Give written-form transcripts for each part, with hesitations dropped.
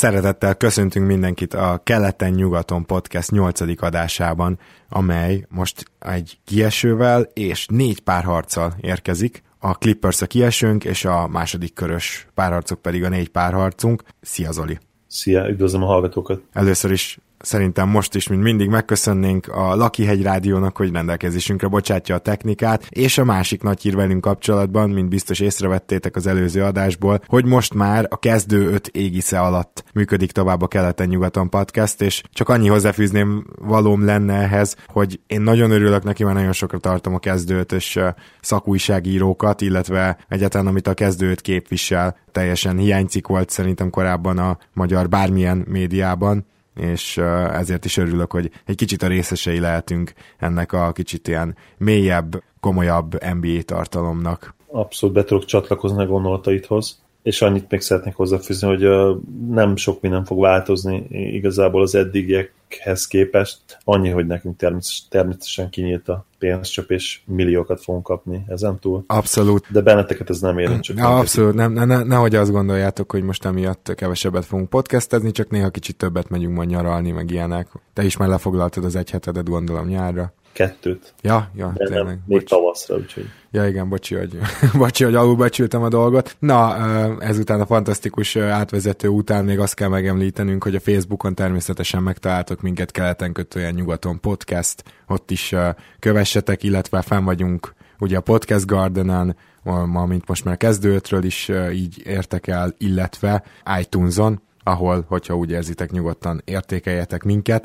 Szeretettel köszöntünk mindenkit a Keleten-nyugaton podcast 8. adásában, amely most egy kiesővel és 4 párharccal érkezik. A Clippers a kiesőnk, és a második körös párharcok pedig a 4 párharcunk. Szia Zoli! Szia, üdvözlöm a hallgatókat! Először is szerintem most is, mint mindig megköszönnénk a Lakihegy Rádiónak, hogy rendelkezésünkre bocsátja a technikát, és a másik nagy hír velünk kapcsolatban, mint biztos észrevettétek az előző adásból, hogy most már a kezdő 5 égisze alatt működik tovább a Keleten-nyugaton podcast, és csak annyi hozzáfűzném valóm lenne ehhez, hogy én nagyon örülök neki, mert nagyon sokra tartom a kezdő 5-ös szakújságírókat, illetve egyáltalán amit a kezdő 5 képvisel, teljesen hiánycikk volt szerintem korábban a magyar bármilyen médiában, és ezért is örülök, hogy egy kicsit a részesei lehetünk ennek a kicsit ilyen mélyebb, komolyabb NBA tartalomnak. Abszolút be tudok csatlakozni a gondolataidhoz, és annyit még szeretnék hozzáfűzni, hogy nem sok minden fog változni igazából az eddigiekhez képest. Annyi, hogy nekünk természetesen kinyílt a pénzcsöp, és milliókat fogunk kapni ezentúl. Abszolút. De benneteket ez nem érint csak. Abszolút, nehogy azt gondoljátok, hogy most emiatt kevesebbet fogunk podcastezni, csak néha kicsit többet megyünk majd nyaralni, meg ilyenek. Te is már lefoglaltad az 1 hetedet, gondolom, nyárra. 2. Ja, de tényleg. Nem, még tavaszra, úgyhogy. Ja igen, bocsi, hogy alulbecsültem a dolgot. Na, ezután a fantasztikus átvezető után még azt kell megemlítenünk, hogy a Facebookon természetesen megtaláltok minket Keleten-nyugaton podcast, ott is kövessetek, hogyha fenn vagyunk ugye a Podcast Gardenen, mint most már kezdő 5-ről is így értek el, illetve iTunes-on, ahol, hogyha úgy érzitek, nyugodtan értékeljetek minket,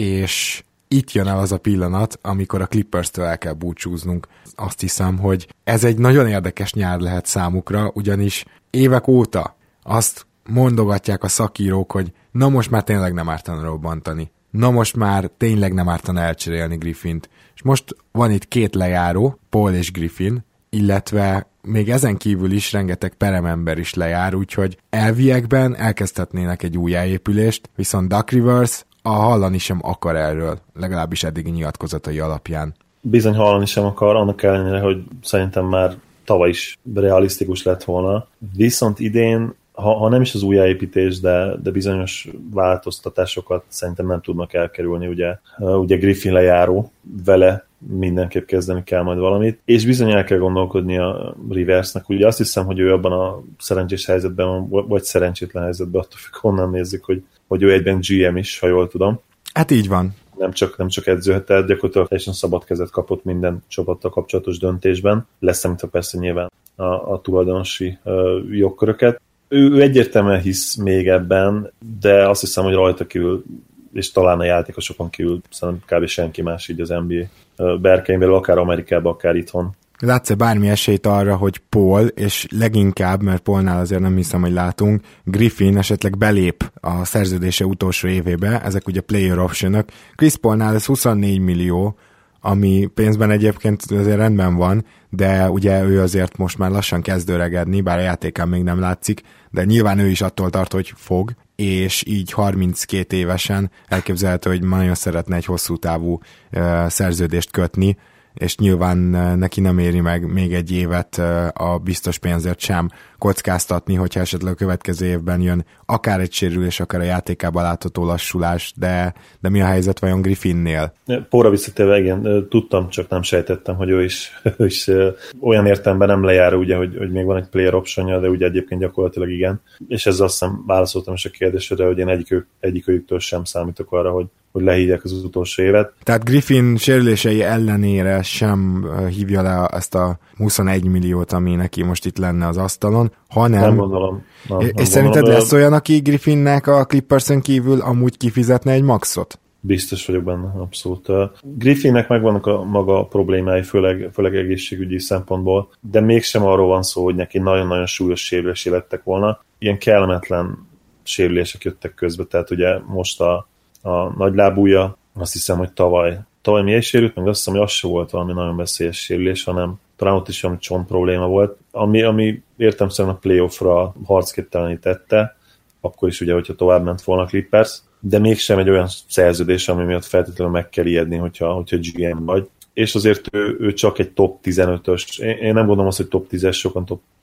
és itt jön el az a pillanat, amikor a Clippers-től el kell búcsúznunk. Azt hiszem, hogy ez egy nagyon érdekes nyár lehet számukra, ugyanis évek óta azt mondogatják a szakírók, hogy na most már tényleg nem ártana robbantani. Na most már tényleg nem ártana elcserélni Griffint. És most van itt 2 lejáró, Paul és Griffin, illetve még ezen kívül is rengeteg peremember is lejár, úgyhogy elviekben elkezdhetnének egy újjáépülést, viszont Doc Rivers hallani sem akar erről, legalábbis eddigi nyilatkozatai alapján. Bizony hallani sem akar, annak ellenére, hogy szerintem már tavaly is realisztikus lett volna. Viszont idén, ha nem is az újjáépítés, de bizonyos változtatásokat szerintem nem tudnak elkerülni, ugye Griffin lejáró, vele mindenképp kezdeni kell majd valamit, és bizony el kell gondolkodni a Riversnek. Ugye azt hiszem, hogy ő abban a szerencsés helyzetben van, vagy szerencsétlen helyzetben, attól függ, honnan nézzük, hogy ő egyben GM is, ha jól tudom. Hát így van. Nem csak edzőhet, tehát gyakorlatilag teljesen szabad kezet kapott minden csapattal kapcsolatos döntésben, leszámítva persze nyilván a tulajdonosi jogköröket. Ő egyértelműen hisz még ebben, de azt hiszem, hogy rajta kívül, és talán a játékosokon kívül szerintem kb. Senki más így az NBA berkein belül, akár Amerikában, akár itthon. Látsz-e bármi esélyt arra, hogy Paul, és leginkább, mert Paulnál azért nem hiszem, hogy látunk, Griffin esetleg belép a szerződése utolsó évébe, ezek ugye player optionok. Chris Paulnál ez 24 millió, ami pénzben egyébként azért rendben van, de ugye ő azért most már lassan kezd öregedni, bár a játékán még nem látszik, de nyilván ő is attól tart, hogy fog, és így 32 évesen elképzelhető, hogy nagyon szeretne egy hosszú távú szerződést kötni, és nyilván neki nem éri meg még egy évet a biztos pénzért sem kockáztatni, hogyha esetleg a következő évben jön akár egy sérülés, akár a játékában látható lassulás, de mi a helyzet vajon Griffinnél? Póra visszatérve, igen, tudtam, csak nem sejtettem, hogy ő is olyan értelemben nem lejár, ugye, hogy még van egy player optionja, de ugye egyébként gyakorlatilag igen. És ezzel azt hiszem válaszoltam is a kérdésre, hogy én egyikőjüktől sem számítok arra, hogy lehívják az utolsó évet. Tehát Griffin sérülései ellenére sem hívja le ezt a 21 milliót, ami neki most itt lenne az asztalon, hanem... Nem gondolom. És szerinted lesz olyan, aki Griffinnek a Clippersen kívül amúgy kifizetne egy maxot? Biztos vagyok benne, abszolút. Griffinnek megvannak a maga problémái, főleg egészségügyi szempontból, de mégsem arról van szó, hogy neki nagyon-nagyon súlyos sérülésé lettek volna. Ilyen kellemetlen sérülések jöttek közbe, tehát ugye most a nagylábúja, azt hiszem, hogy tavaly mi sérült, meg azt hiszem, hogy az se volt valami nagyon veszélyes sérülés, hanem talán ott is valami csont probléma volt, ami értelemszerűen a playoffra harcképtelenítette, akkor is ugye, hogyha tovább ment volna a Clippers, de mégsem egy olyan szerződés, ami miatt feltétlenül meg kell ijedni, hogyha GM vagy. És azért ő csak egy top 15-ös, én nem gondolom azt, hogy top 10-es, sokan top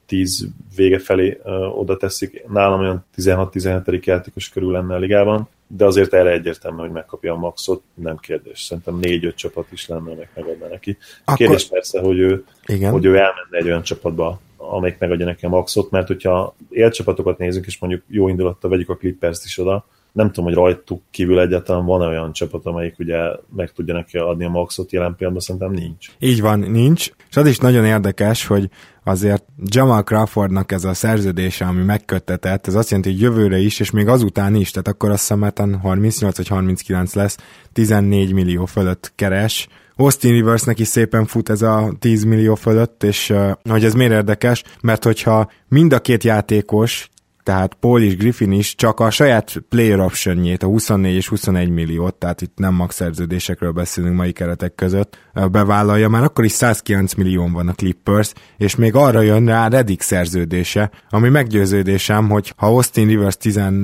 10 vége felé oda teszik. Nálam olyan 16-17. játékos körül lenne a ligában, de azért erre egyértelmű, hogy megkapja a maxot, nem kérdés. Szerintem 4-5 csapat is lenne, meg megadna neki. Kérdés persze, hogy ő elmenne egy olyan csapatba, amelyik megadja neki a maxot, mert hogyha élcsapatokat nézünk, és mondjuk jó indulattal vegyük a Clippers-t is oda, nem tudom, hogy rajtuk kívül egyáltalán van olyan csapat, amelyik ugye meg tudja neki adni a maxot, jelen pillanatban szerintem nincs. Így van, nincs. És az is nagyon érdekes, hogy azért Jamal Crawfordnak ez a szerződése, ami megköttetett, ez azt jelenti, hogy jövőre is, és még azután is, tehát akkor azt hiszem, 38 vagy 39 lesz, 14 millió fölött keres. Austin Riversnek is szépen fut ez a 10 millió fölött, és hogy ez miért érdekes, mert hogyha mind a két játékos, tehát Paul és Griffin is csak a saját player optionjét, a 24 és 21 milliót, tehát itt nem max szerződésekről beszélünk mai keretek között, bevállalja, már akkor is 109 millió van a Clippers, és még arra jön rá Redick szerződése, ami meggyőződésem, hogy ha Austin Rivers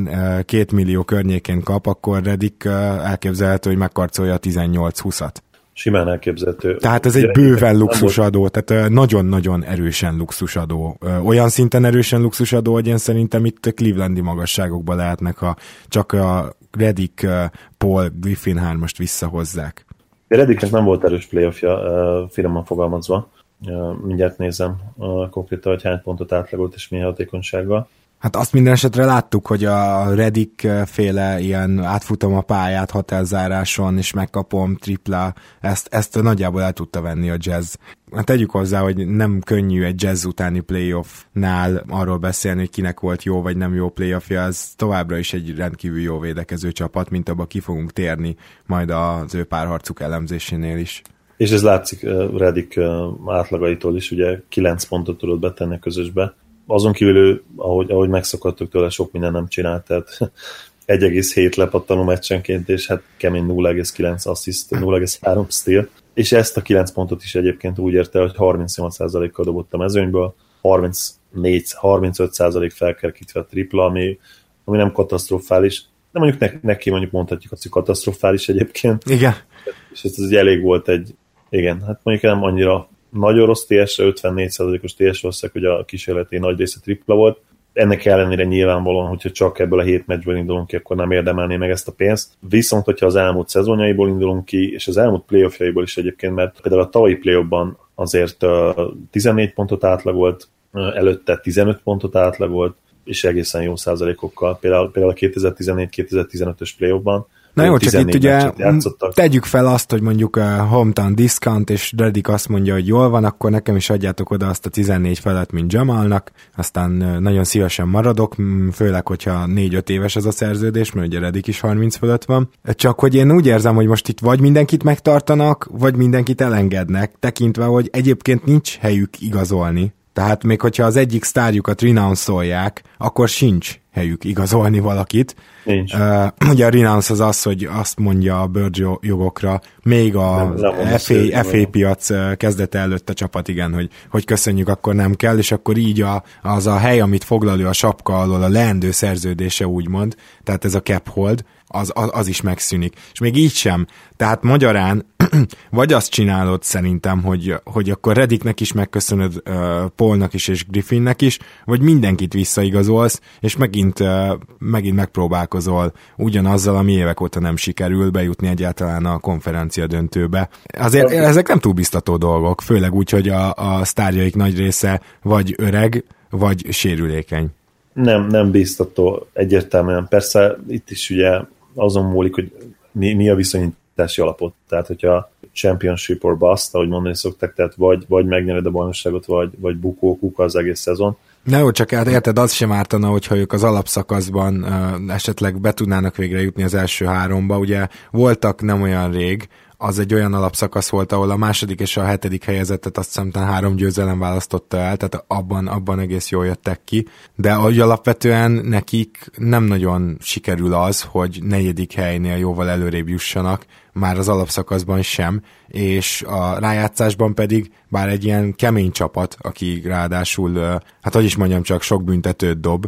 12 millió környékén kap, akkor Redick elképzelhető, hogy megkarcolja a 18-20-at. Simán elképzelhető. Tehát ez egy bőven luxusadó, tehát nagyon-nagyon erősen luxusadó. Olyan szinten erősen luxusadó, hogy én szerintem itt Clevelandi magasságokban lehetnek, ha csak a Redick, Paul, Griffin 3-ast visszahozzák. Redicknek nem volt erős playoffja, finoman fogalmazva. Mindjárt nézem konkrétan, hogy hány pontot átlagolt és milyen hatékonysággal. Hát azt minden esetre láttuk, hogy a Redick féle ilyen átfutom a pályát határzáráson, és megkapom tripla, ezt nagyjából el tudta venni a Jazz. Hát tegyük hozzá, hogy nem könnyű egy Jazz utáni playoffnál arról beszélni, hogy kinek volt jó vagy nem jó playoffja, ez továbbra is egy rendkívül jó védekező csapat, mint abba ki fogunk térni majd az ő párharcuk elemzésénél is. És ez látszik Redick átlagaitól is, ugye 9 pontot tudott betenni a közösbe. Azon kívül ő, ahogy megszokhattuk tőle, sok minden nem csinált, tehát 1,7 lepattanó meccsenként, és hát kemény 0,9 assziszt, 0,3 steal, és ezt a 9 pontot is egyébként úgy érte, hogy 38%-kal dobott a mezőnyből, 35% felkerkítve a tripla, ami nem katasztrofális, de mondjuk neki mondhatjuk, hogy katasztrofális egyébként. Igen. És ez elég volt igen, hát mondjuk nem annyira nagyon rossz TS-re, 54%-os TS-re, hogy a kísérleti nagy része tripla volt. Ennek ellenére nyilvánvalóan, hogyha csak ebből a 7 meccsből indulunk ki, akkor nem érdemelné meg ezt a pénzt. Viszont, hogyha az elmúlt szezonjaiból indulunk ki, és az elmúlt playoffjaiból is egyébként, mert például a tavalyi playoffban azért 14 pontot átlagolt, előtte 15 pontot átlagolt, és egészen jó százalékokkal. Például a 2014-2015-ös playoffban. Na jó, csak itt ugye tegyük fel azt, hogy mondjuk a hometown discount, és Redick azt mondja, hogy jól van, akkor nekem is adjátok oda azt a 14 felett, mint Jamalnak, aztán nagyon szívesen maradok, főleg, hogyha 4-5 éves ez a szerződés, mert ugye Redick is 30 fölött van. Csak hogy én úgy érzem, hogy most itt vagy mindenkit megtartanak, vagy mindenkit elengednek, tekintve, hogy egyébként nincs helyük igazolni. Tehát még hogyha az egyik sztárjukat renounce-olják, akkor sincs helyük igazolni valakit. Nincs. Ugye a renounce az, hogy azt mondja a Bird jogokra, még a FA piac kezdete előtt a csapat, igen, hogy köszönjük, akkor nem kell, és akkor így az a hely, amit foglal ő a sapka alól, a leendő szerződése úgymond, tehát ez a cap hold, az is megszűnik. És még így sem. Tehát magyarán vagy azt csinálod szerintem, hogy akkor Redicknek is megköszönöd, Paulnak is és Griffinnek is, vagy mindenkit visszaigazolsz, és megint megpróbálkozol ugyanazzal, ami évek óta nem sikerül bejutni egyáltalán a konferencia döntőbe. Azért ezek nem túl biztató dolgok, főleg úgy, hogy a sztárjaik nagy része vagy öreg, vagy sérülékeny. Nem biztató egyértelműen. Persze itt is ugye azon múlik, hogy mi a viszonyítási alapot. Tehát, hogyha championship or bust, ahogy mondani szokták, tehát vagy megnyered a bajnokságot, vagy kuka az egész szezon. Na jó, csak hát érted, az sem ártana, hogyha ők az alapszakaszban esetleg be tudnának végre jutni az első 3-ba. Ugye voltak nem olyan rég, az egy olyan alapszakasz volt, ahol a második és a 7. helyezettet azt hiszem 3 győzelem választotta el, tehát abban egész jól jöttek ki, de alapvetően nekik nem nagyon sikerül az, hogy 4. helynél jóval előrébb jussanak, már az alapszakaszban sem, és a rájátszásban pedig bár egy ilyen kemény csapat, aki ráadásul, hát hogy is mondjam, csak sok büntetőt dob,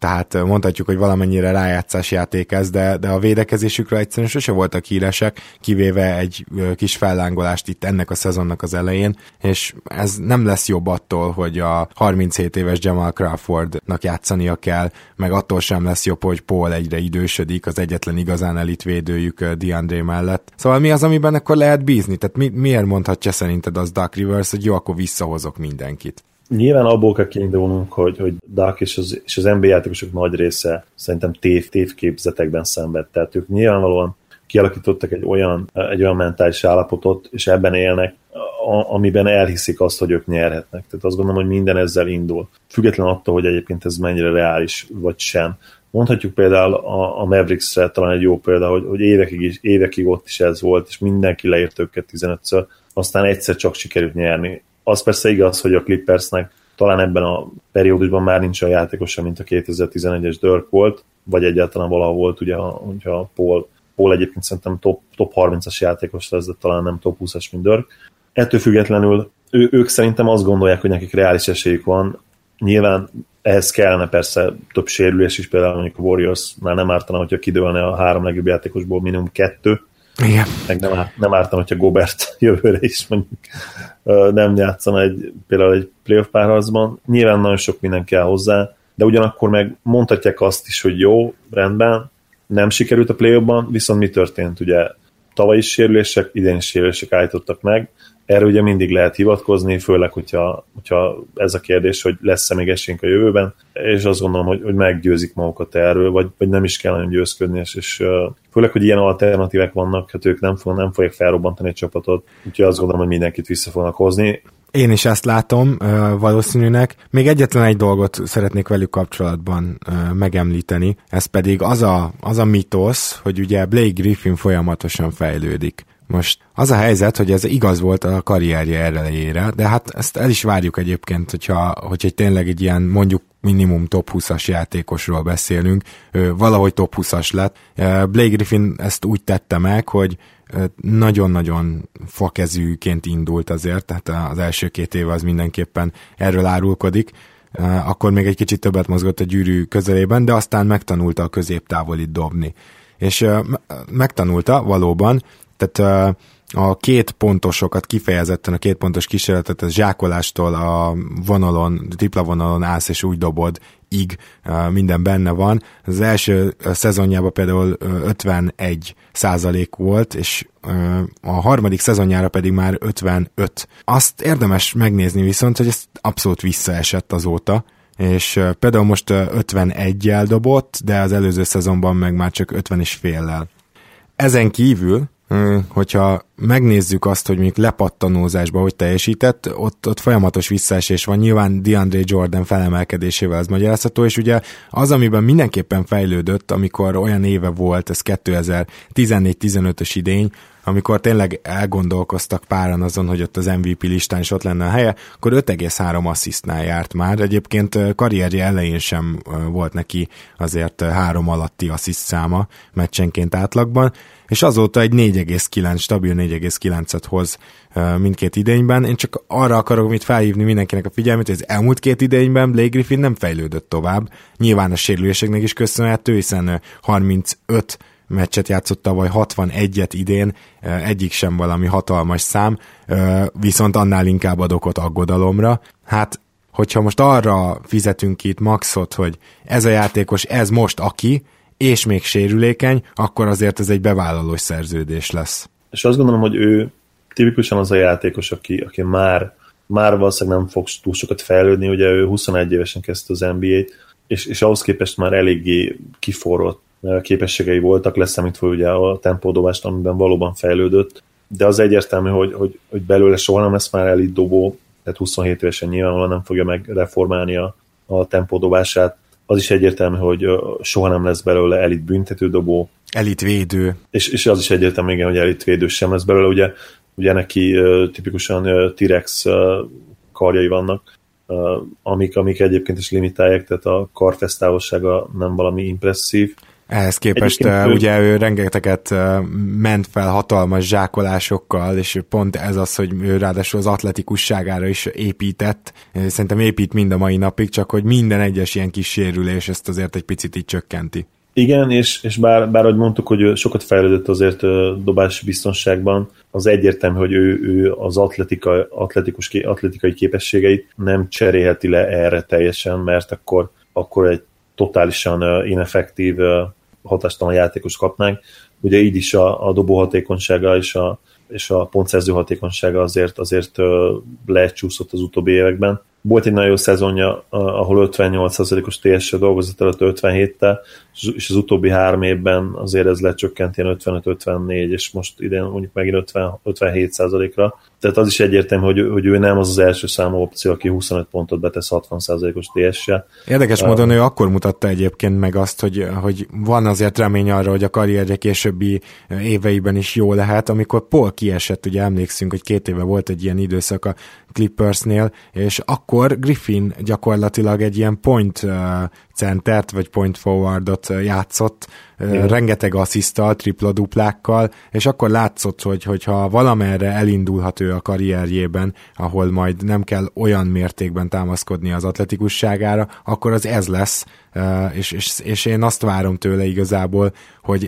tehát mondhatjuk, hogy valamennyire rájátszás játék ez, de a védekezésükről egyszerűen sose voltak híresek, kivéve egy kis fellángolást itt ennek a szezonnak az elején, és ez nem lesz jobb attól, hogy a 37 éves Jamal Crawfordnak játszania kell, meg attól sem lesz jobb, hogy Paul egyre idősödik, az egyetlen igazán elitvédőjük DeAndre mellett. Szóval mi az, amiben akkor lehet bízni? Tehát miért mondhatja szerinted az Doc Rivers, hogy jó, akkor visszahozok mindenkit? Nyilván abból kell kiindulnunk, hogy Doc és az NBA játékosok nagy része szerintem tévképzetekben szenved. Tehát ők nyilvánvalóan kialakítottak egy olyan mentális állapotot, és ebben élnek, amiben elhiszik azt, hogy ők nyerhetnek. Tehát azt gondolom, hogy minden ezzel indul. Független attól, hogy egyébként ez mennyire reális, vagy sem. Mondhatjuk például a Mavericksre talán egy jó példa, hogy évekig ott is ez volt, és mindenki leírt őket 15-ször, aztán egyszer csak sikerült nyerni. Az persze igaz, hogy a Clippersnek talán ebben a periódusban már nincs olyan játékosa, mint a 2011-es Dirk volt, vagy egyáltalán valahol volt, ugye, hogyha Paul egyébként szerintem top 30-as játékos lesz, de talán nem top 20-as, mint Dirk. Ettől függetlenül ők szerintem azt gondolják, hogy nekik reális esélyük van. Nyilván ehhez kellene persze több sérülés is, például mondjuk a Warriorsnál nem ártana, hogyha kidőlne a 3 legjobb játékosból minimum 2, igen. Meg nem ártana, hogyha Gobert jövőre is mondjuk nem játszana például egy playoff párharcban. Nyilván nagyon sok minden kell hozzá, de ugyanakkor meg mondhatják azt is, hogy jó, rendben, nem sikerült a playoffban, viszont mi történt? Ugye tavalyi sérülések, idén sérülések állítottak meg, erre ugye mindig lehet hivatkozni, főleg, hogyha ez a kérdés, hogy lesz-e még esélyünk a jövőben, és azt gondolom, hogy meggyőzik magukat erről, vagy nem is kell nagyon győzködni, és főleg, hogy ilyen alternatívek vannak, hát ők nem fogják felrobbantani egy csapatot, úgyhogy azt gondolom, hogy mindenkit vissza fognak hozni. Én is ezt látom valószínűnek. Még egyetlen egy dolgot szeretnék velük kapcsolatban megemlíteni, ez pedig az a mitosz, hogy ugye Blake Griffin folyamatosan fejlődik. Most az a helyzet, hogy ez igaz volt a karrierje elejére, de hát ezt el is várjuk egyébként, hogyha tényleg egy ilyen mondjuk minimum top 20-as játékosról beszélünk, valahogy top 20-as lett. Blake Griffin ezt úgy tette meg, hogy nagyon-nagyon fakezűként indult azért, tehát az első 2 év az mindenképpen erről árulkodik, akkor még egy kicsit többet mozgott a gyűrű közelében, de aztán megtanulta a középtávolit dobni. És megtanulta valóban, tehát a 2 pontosokat kifejezetten, a 2 pontos kísérletet, a zsákolástól a vonalon, tripla vonalon állsz és úgy dobod, minden benne van. Az első szezonjában például 51% volt, és a harmadik szezonjára pedig már 55. Azt érdemes megnézni viszont, hogy ez abszolút visszaesett azóta, és például most 51-jel dobott, de az előző szezonban meg már csak 50,5-lel. Ezen kívül, hogyha megnézzük azt, hogy mondjuk lepattanózásban hogy teljesített, ott folyamatos visszaesés van, nyilván DeAndre Jordan felemelkedésével ez magyarázható, és ugye az, amiben mindenképpen fejlődött, amikor olyan éve volt, ez 2014-15-ös idény, amikor tényleg elgondolkoztak páran azon, hogy ott az MVP listán is ott lenne a helye, akkor 5,3 asszisztnál járt már. Egyébként karrierje elején sem volt neki azért 3 alatti assziszt száma meccsenként átlagban, és azóta egy 4,9, stabil 4,9-et hoz mindkét idényben. Én csak arra akarok mit felhívni mindenkinek a figyelmét, hogy az elmúlt 2 idényben Blake Griffin nem fejlődött tovább. Nyilván a sérüléseknek is köszönhető, hiszen 35 meccset játszott tavaly, 61-et idén, egyik sem valami hatalmas szám, viszont annál inkább ad okot aggodalomra. Hát, hogyha most arra fizetünk itt maxot, hogy ez a játékos, ez most aki, és még sérülékeny, akkor azért ez egy bevállalós szerződés lesz. És azt gondolom, hogy ő tipikusan az a játékos, aki már valószínűleg nem fog túl sokat fejlődni, ugye ő 21 évesen kezdte az NBA-t, és ahhoz képest már eléggé kiforrott képességei voltak, leszámítva ugye a tempódobást, amiben valóban fejlődött, de az egyértelmű, hogy belőle soha nem lesz már elit dobó, tehát 27 évesen nyilvánvalóan nem fogja megreformálni a tempódobását. Az is egyértelmű, hogy soha nem lesz belőle elit büntetődobó. Elitvédő. És az is egyértelmű, igen, hogy elitvédő sem lesz belőle. Ugye neki tipikusan T-Rex karjai vannak, amik egyébként is limitálják, tehát a kartesztávolsága nem valami impresszív. Ehhez képest ugye ő rengeteget ment fel hatalmas zsákolásokkal, és pont ez az, hogy ő ráadásul az atletikusságára is épített. Szerintem épít mind a mai napig, csak hogy minden egyes ilyen kis sérülés ezt azért egy picit így csökkenti. Igen, és bár ahogy mondtuk, hogy ő sokat fejlődött azért dobási biztonságban, az egyértelmű, hogy ő az atletikai képességeit nem cserélheti le erre teljesen, mert akkor egy totálisan ineffektív, hatástalan játékos kapnánk. Ugye így is a dobó hatékonysága és a pontszerző hatékonysága azért lecsúszott az utóbbi években. Volt egy nagyon jó szezonja, ahol 58%-os TS-sel dolgozott előtt 57-tel, és az utóbbi 3 évben azért ez lecsökkent ilyen 55-54, és most idén mondjuk megint 57%-ra. Tehát az is egyértelmű, hogy ő nem az első számú opció, aki 25 pontot betesz 60%-os TS-sel. Érdekes módon ő akkor mutatta egyébként meg azt, hogy van azért remény arra, hogy a karrierje későbbi éveiben is jó lehet, amikor Paul kiesett, ugye emlékszünk, hogy 2 éve volt egy ilyen időszak a Clippersnél, és akkor Griffin gyakorlatilag egy ilyen point centert, vagy point forwardot játszott, rengeteg assziszttal, tripla-duplákkal, és akkor látszott, hogyha valamerre elindulhat ő a karrierjében, ahol majd nem kell olyan mértékben támaszkodni az atletikusságára, akkor az ez lesz, és én azt várom tőle igazából, hogy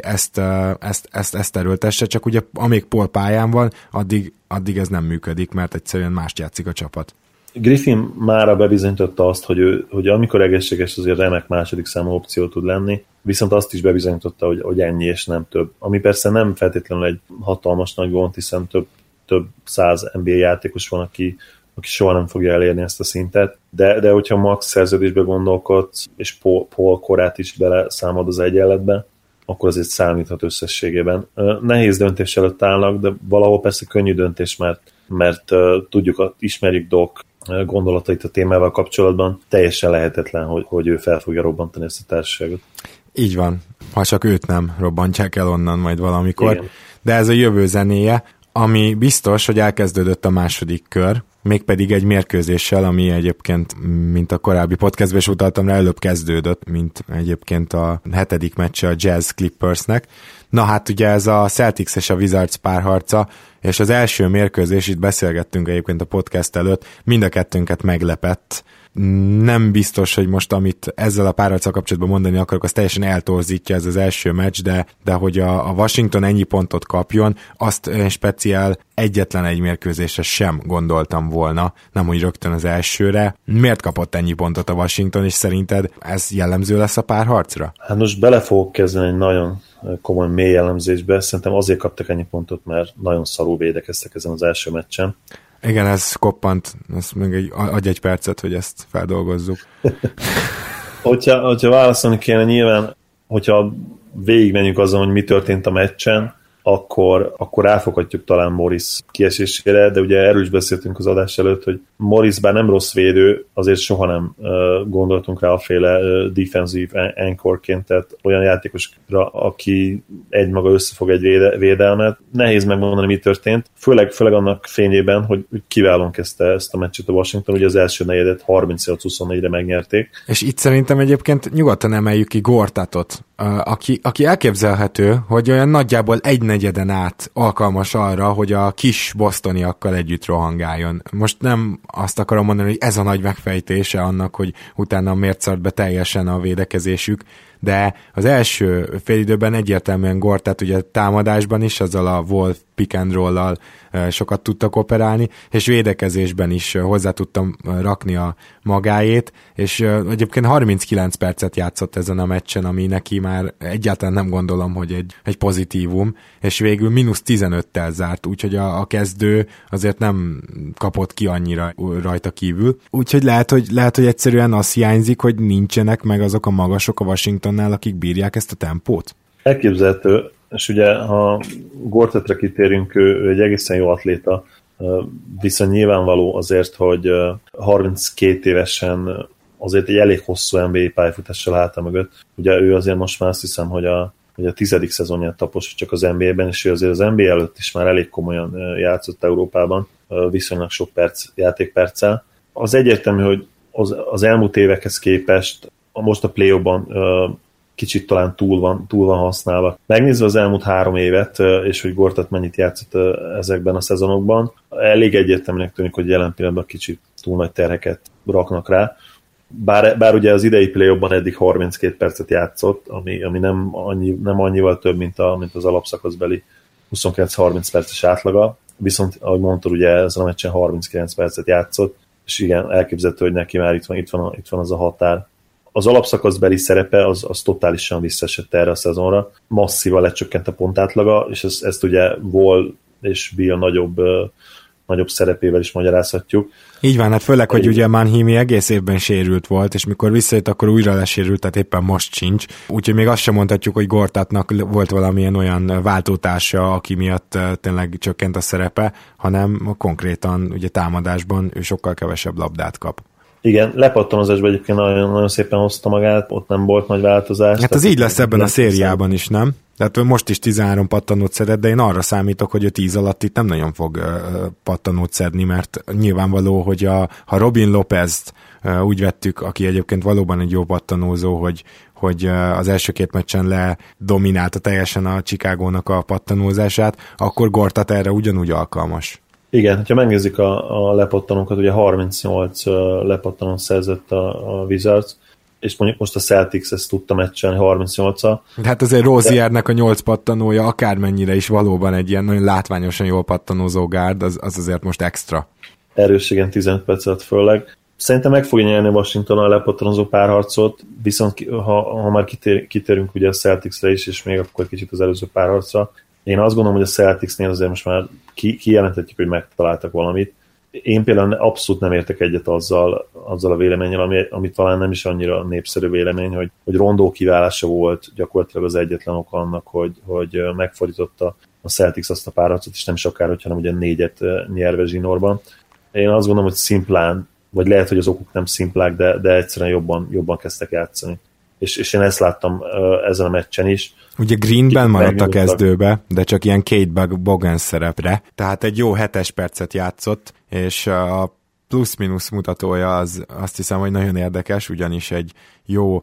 ezt erőltesse, csak ugye amíg Paul pályán van, addig ez nem működik, mert egyszerűen mást játszik a csapat. Griffin mára bebizonyította azt, hogy amikor egészséges, azért remek második számú opció tud lenni, viszont azt is bebizonyította, hogy ennyi és nem több. Ami persze nem feltétlenül egy hatalmas nagy gond, hiszen több 100 NBA játékos van, aki soha nem fogja elérni ezt a szintet, de hogyha max szerződésbe gondolkodsz, és Paul korát is beleszámod az egyenletbe, akkor azért számíthat összességében. Nehéz döntés előtt állnak, de valahol persze könnyű döntés, mert tudjuk, ismerjük Doc gondolatait a témával kapcsolatban, teljesen lehetetlen, hogy ő fel fogja robbantani ezt a társaságot. Így van, ha csak őt nem robbantják el onnan majd valamikor. Igen. De ez a jövő zenéje, ami biztos, hogy elkezdődött a második kör, mégpedig egy mérkőzéssel, ami egyébként, mint a korábbi podcastban is utaltam rá, előbb kezdődött, mint egyébként a 7. meccse a Jazz Clippersnek. Na hát ugye ez a Celtics és a Wizards párharca, és az első mérkőzés, itt beszélgettünk egyébként a podcast előtt, mind a kettőnket meglepett. Nem biztos, hogy most amit ezzel a párharccal kapcsolatban mondani akarok, az teljesen eltorzítja ez az első meccs, de hogy a Washington ennyi pontot kapjon, azt speciál egyetlen egy mérkőzésre sem gondoltam volna, nem úgy rögtön az elsőre. Miért kapott ennyi pontot a Washington, és szerinted ez jellemző lesz a párharcra? Hát most bele fogok kezdeni egy nagyon komoly mély elemzésbe, szerintem azért kaptak ennyi pontot, mert nagyon szarul védekeztek ezen az első meccsen. Igen, ez koppant, ezt még adj egy percet, hogy ezt feldolgozzuk. hogyha válaszolni kéne, nyilván, hogyha végigmenjünk azon, hogy mi történt a meccsen, akkor elfoghatjuk talán Morris kiesésére, de ugye erről is beszéltünk az adás előtt, hogy Morris bár nem rossz védő, azért soha nem gondoltunk rá a féle defensive anchorként, tehát olyan játékosra, aki egymaga összefog egy védelmet. Nehéz megmondani, mi történt, főleg annak fényében, hogy kiválóan kezdte ezt a meccset a Washington, ugye az első negyedet 38-24-re megnyerték. És itt szerintem egyébként nyugodtan emeljük ki Gortatot, aki elképzelhető, hogy olyan nagyjából egy negyeden át alkalmas arra, hogy a kis bostoniakkal együtt rohangáljon. Most nem azt akarom mondani, hogy ez a nagy megfejtése annak, hogy utána miért szart be teljesen a védekezésük, de az első félidőben egyértelműen Gortat ugye támadásban is, azzal a Wolf pick and roll-al sokat tudtak operálni, és védekezésben is hozzá tudtam rakni a magáét, és egyébként 39 percet játszott ezen a meccsen, ami neki már egyáltalán nem gondolom, hogy egy pozitívum, és végül -15-tel zárt, úgyhogy a kezdő azért nem kapott ki annyira rajta kívül. Úgyhogy lehet, hogy egyszerűen az hiányzik, hogy nincsenek meg azok a magasok a Washingtonnál, akik bírják ezt a tempót? Elképzelhető, és ugye ha Gortatra kitérünk, ő egy egészen jó atléta, viszont nyilvánvaló azért, hogy 32 évesen azért egy elég hosszú NBA pályafutással háta mögött. Ugye ő azért most már azt hiszem, hogy a 10. szezonját tapos csak az NBA-ben, és ő azért az NBA előtt is már elég komolyan játszott Európában, viszonylag sok játékperccel. Az egyértelmű, hogy az elmúlt évekhez képest most a play-offban kicsit talán túl van használva. Megnézve az elmúlt 3 évet, és hogy Gortat mennyit játszott ezekben a szezonokban, elég egyértelműnek tűnik, hogy jelen pillanatban kicsit túl nagy terheket raknak rá. Bár ugye az idei play-offban eddig 32 percet játszott, ami nem annyival több, mint az alapszakaszbeli 29-30 perces átlaga, viszont ahogy mondtad, ugye ezen a meccsen 39 percet játszott, és igen, elképzelhető, hogy neki már itt van az a határ. Az alapszakaszbeli szerepe az totálisan visszaesett erre a szezonra, masszívan lecsökkent a pontátlaga, és ezt ugye Wall és Bill nagyobb szerepével is magyarázhatjuk. Így van, hát főleg, hogy ugye Manhimi egész évben sérült volt, és mikor visszajött, akkor újra lesérült, tehát éppen most sincs. Úgyhogy még azt sem mondhatjuk, hogy Gortatnak volt valamilyen olyan váltótársa, aki miatt tényleg csökkent a szerepe, hanem konkrétan ugye támadásban ő sokkal kevesebb labdát kap. Igen, lepattanozásban egyébként nagyon, nagyon szépen hozta magát, ott nem volt nagy változás. Hát ez így lesz ebben a szériában is, nem? Tehát most is 13 pattanót szedett, de én arra számítok, hogy a 10 alatt itt nem nagyon fog pattanót szedni, mert nyilvánvaló, hogy ha Robin Lópezt úgy vettük, aki egyébként valóban egy jó pattanózó, hogy az első 2 meccsen ledominálta teljesen a Chicagónak a pattanózását, akkor Gortat erre ugyanúgy alkalmas. Igen, ha megnézzük a lepattanókat, ugye 38 lepattanót szerzett a Wizards, és mondjuk most a Celtics ezt tudta meccsen 38-a. Hát azért Roziernek a 8 pattanója akármennyire is valóban egy ilyen nagyon látványosan jól pattanózó gárd, az azért most extra. Erősségen 15 percet főleg. Szerintem meg fogja nyerni Washington a lepattanózó párharcot, viszont ha már kitérünk ugye a Celticsre is, és még akkor kicsit az előző párharcra, én azt gondolom, hogy a Celticsnél azért most már kijelenthetjük, hogy megtaláltak valamit. Én például abszolút nem értek egyet azzal a véleménnyel, ami talán nem is annyira népszerű vélemény, hogy Rondó kiválása volt gyakorlatilag az egyetlen oka annak, hogy megfordította a Celtics azt a párharcot, és nem sokára, hanem ugye 4-et nyerve zsinórban. Én azt gondolom, hogy szimplán, vagy lehet, hogy az okuk nem szimplák, de egyszerűen jobban kezdtek játszani. És én ezt láttam ezen a meccsen is. Ugye Greenben maradt a kezdőbe, de csak ilyen Kate Bogans szerepre, tehát egy jó 7-es percet játszott, és a plusz-minusz mutatója az azt hiszem, hogy nagyon érdekes, ugyanis egy jó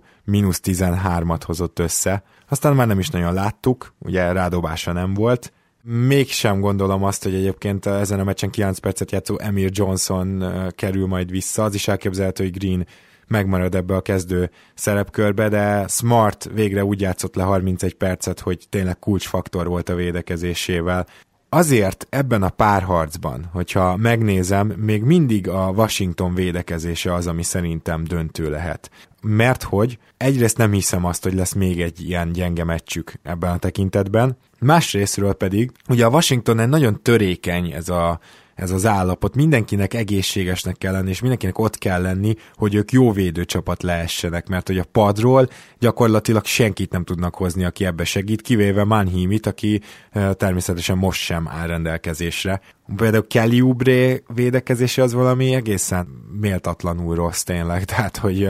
-13-at hozott össze. Aztán már nem is nagyon láttuk, ugye rádobása nem volt. Mégsem gondolom azt, hogy egyébként ezen a meccsen 9 percet játszó Amir Johnson kerül majd vissza, az is elképzelhető, hogy Green megmarad ebbe a kezdő szerepkörbe, de Smart végre úgy játszott le 31 percet, hogy tényleg kulcsfaktor volt a védekezésével. Azért ebben a párharcban, hogyha megnézem, még mindig a Washington védekezése az, ami szerintem döntő lehet. Mert hogy egyrészt nem hiszem azt, hogy lesz még egy ilyen gyenge meccsük ebben a tekintetben, másrésztről pedig, ugye a Washington nagyon törékeny ez az állapot, mindenkinek egészségesnek kell lenni, és mindenkinek ott kell lenni, hogy ők jó védőcsapat leessenek, mert hogy a padról gyakorlatilag senkit nem tudnak hozni, aki ebbe segít, kivéve Manhimit, aki természetesen most sem áll rendelkezésre. Például Kelly Oubre védekezése az valami egészen méltatlanul rossz tényleg, tehát hogy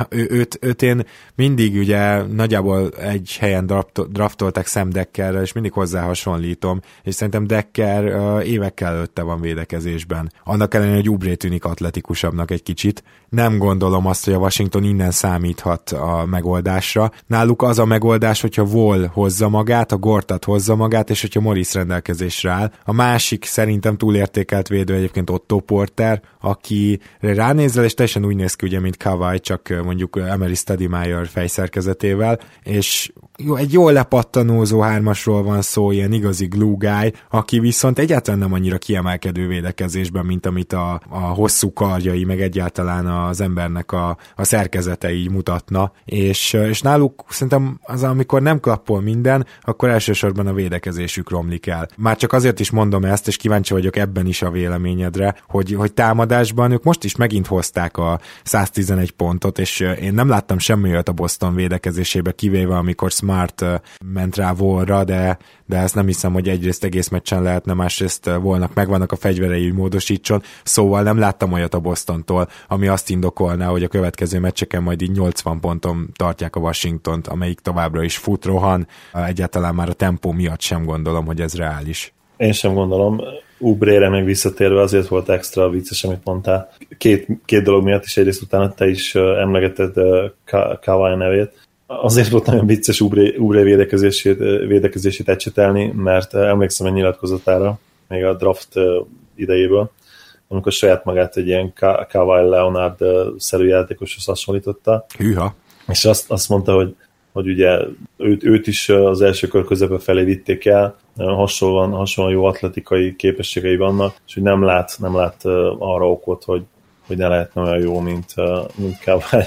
őt én mindig ugye nagyjából egy helyen draftolták Sam Deckerrel, és mindig hozzá hasonlítom, és szerintem Decker évekkel előtte van védekezésben. Annak ellenére, hogy Oubre tűnik atletikusabbnak egy kicsit. Nem gondolom azt, hogy a Washington innen számíthat a megoldásra. Náluk az a megoldás, hogyha Wall hozza magát, a Gortat hozza magát, és hogyha Morris rendelkezésre áll. A másik szerintem túlértékelt védő egyébként Otto Porter, aki ránézel, és teljesen úgy néz ki, ugye, mint Kawhi, csak mondjuk Emery Stoudemire fejszerkezetével, és egy jól lepattanózó hármasról van szó, ilyen igazi glue guy, aki viszont egyáltalán nem annyira kiemelkedő védekezésben, mint amit a hosszú karjai, meg egyáltalán az embernek a szerkezete így mutatna, és náluk szerintem az, amikor nem klappol minden, akkor elsősorban a védekezésük romlik el. Már csak azért is mondom ezt, és kíváncsi vagyok ebben is a véleményedre, hogy támadásban ők most is megint hozták a 111 pontot, és én nem láttam semmi olyat a Boston védekezésébe, kivéve amikor Smart ment rá Wallra, de ezt nem hiszem, hogy egyrészt egész meccsen lehetne, másrészt Wallnak megvannak a fegyverei, hogy módosítson, szóval nem láttam olyat a Bostontól, ami azt indokolná, hogy a következő meccseken majd így 80 ponton tartják a Washingtont, amelyik továbbra is fut, rohan, egyáltalán már a tempó miatt sem gondolom, hogy ez reális. Én sem gondolom. Oubre-re meg visszatérve azért volt extra vicces, amit mondtál. Két dolog miatt is, egyrészt utána te is emlegeted Kawhi nevét. azért volt nagyon vicces Oubre védekezését ecsetelni, mert emlékszem egy nyilatkozatára, még a draft idejéből, amikor saját magát egy ilyen Kawhi Leonard-szerű játékoshoz hasonlította. Hűha. És azt mondta, hogy ugye őt is az első kör közepe felé vitték el, hasonlóan jó atletikai képességei vannak, és hogy nem lát arra okot, hogy ne lehetne olyan jó, mint Kawhi.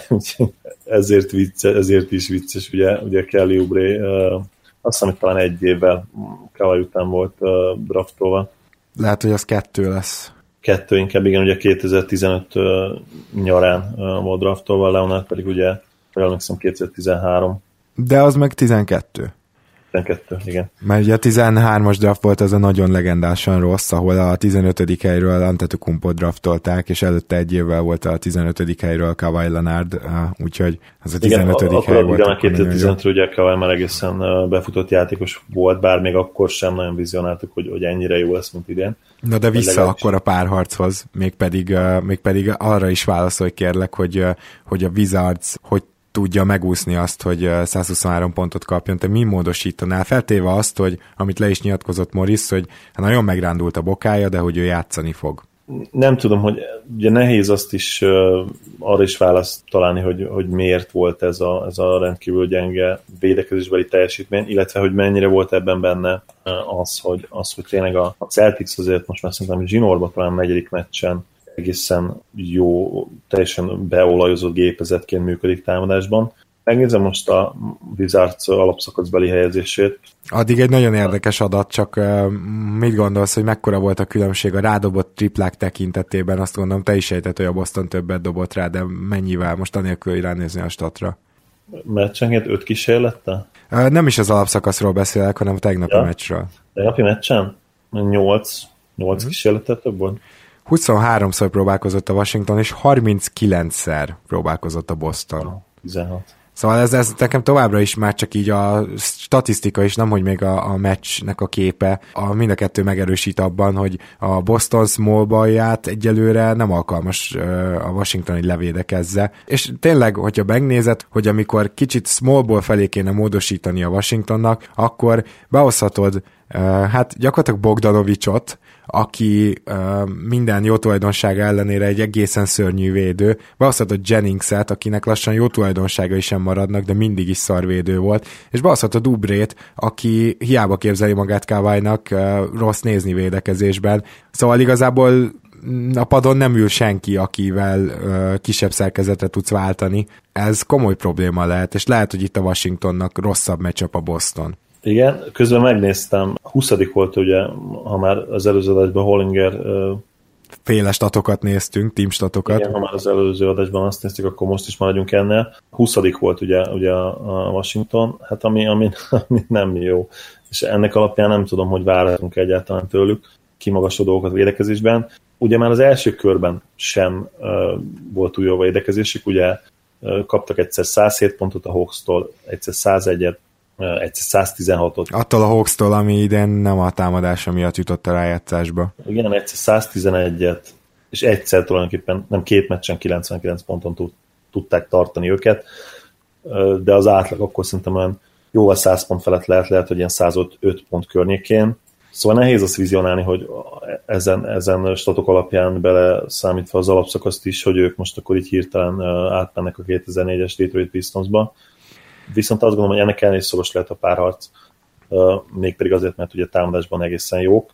ezért is vicces, ugye Kelly Oubre, azt hiszem, hogy talán egy évvel Kawhi után volt draftolva. Lehet, hogy az 2 lesz. 2 inkább, igen, ugye 2015 nyarán volt draftolva, Leonard pedig ugye, emlékszem, 2013. De az meg 12. 12, igen. Mert ugye a 13-as draft volt az a nagyon legendásan rossz, ahol a 15. helyről Antetokounmpot draftolták, és előtte egy évvel volt a 15. helyről Kawhi Leonard, úgyhogy az a 15. hely volt. Igen, a 2015-ről ugye Kawhi már egészen befutott játékos volt, bár még akkor sem nagyon vizionáltuk, hogy ennyire jó lesz, mint idén. Na de vissza akkor a párharchoz, mégpedig arra is válaszolj kérlek, hogy a Wizards hogy tudja megúszni azt, hogy 123 pontot kapjon. Te mi módosítanál? Feltéve azt, hogy amit le is nyilatkozott Morris, hogy nagyon megrándult a bokája, de hogy ő játszani fog. Nem tudom, hogy ugye nehéz azt is arra is választ találni, hogy miért volt ez a rendkívül gyenge védekezésbeli teljesítmény, illetve hogy mennyire volt ebben benne az, hogy tényleg a Celtics azért most már szerintem zsinórban talán 4. meccsen egészen jó, teljesen beolajozott gépezetként működik támadásban. Megnézem most a Wizards alapszakaszbeli helyezését. Addig egy nagyon érdekes adat, csak mit gondolsz, hogy mekkora volt a különbség a rádobott triplák tekintetében? Azt gondolom, te is sejtett, hogy a Boston többet dobott rá, de mennyivel? Most anélkül, hogy ránézni a statra. Meccsenként 5 kísérlettel? Nem is az alapszakaszról beszélek, hanem a tegnapi meccsről. Tegnapi meccsen? 8 kísérlettel több volt? 23-szor próbálkozott a Washington, és 39-szer próbálkozott a Boston. 16. Szóval ez nekem továbbra is már csak így a statisztika, és nem, hogy még a meccsnek a képe, mind a kettő megerősít abban, hogy a Boston small ballját egyelőre nem alkalmas a Washington, hogy levédekezze. És tényleg, hogyha megnézed, hogy amikor kicsit small ball felé kéne módosítani a Washingtonnak, akkor behozhatod hát gyakorlatilag Bogdanovicsot, aki minden jó tulajdonsága ellenére egy egészen szörnyű védő. Behozhatod Jenningset, akinek lassan jó tulajdonságai sem maradnak, de mindig is szarvédő volt, és behozhatod Oubrét, aki hiába képzeli magát Kawhinak rossz nézni védekezésben. Szóval igazából a padon nem ül senki, akivel kisebb szerkezetre tudsz váltani. Ez komoly probléma lehet, és lehet, hogy itt a Washingtonnak rosszabb matchup a Boston. Igen, közben megnéztem, 20. volt ugye, ha már az előző adásban Hollinger féle statokat néztünk, team statokat. Igen, ha már az előző adásban azt néztük, akkor most is maradjunk ennél. 20. volt ugye a Washington, hát ami nem jó. És ennek alapján nem tudom, hogy várhatunk egyáltalán tőlük kimagasodó dolgokat védekezésben. Ugye már az első körben sem volt túl jó védekezésük, ugye kaptak egyszer 107 pontot a Hawks-tól, egyszer 101-et, egyszer 116-ot. Attól a Hawks-tól, ami idén nem a támadása miatt jutott a rájátszásba. Igen, egyszer 111-et, és egyszer tulajdonképpen, nem 2 meccsen 99 ponton tudták tartani őket, de az átlag akkor szerintem olyan jóval 100 pont felett lehet, hogy ilyen 105 pont környékén. Szóval nehéz azt vizionálni, hogy ezen statok alapján bele számítva az alapszakaszt is, hogy ők most akkor így hirtelen átmennek a 2004-es Detroit Pistonsba. Viszont azt gondolom, hogy ennek ellenére szoros lehet a párharc, mégpedig azért, mert ugye támadásban egészen jók,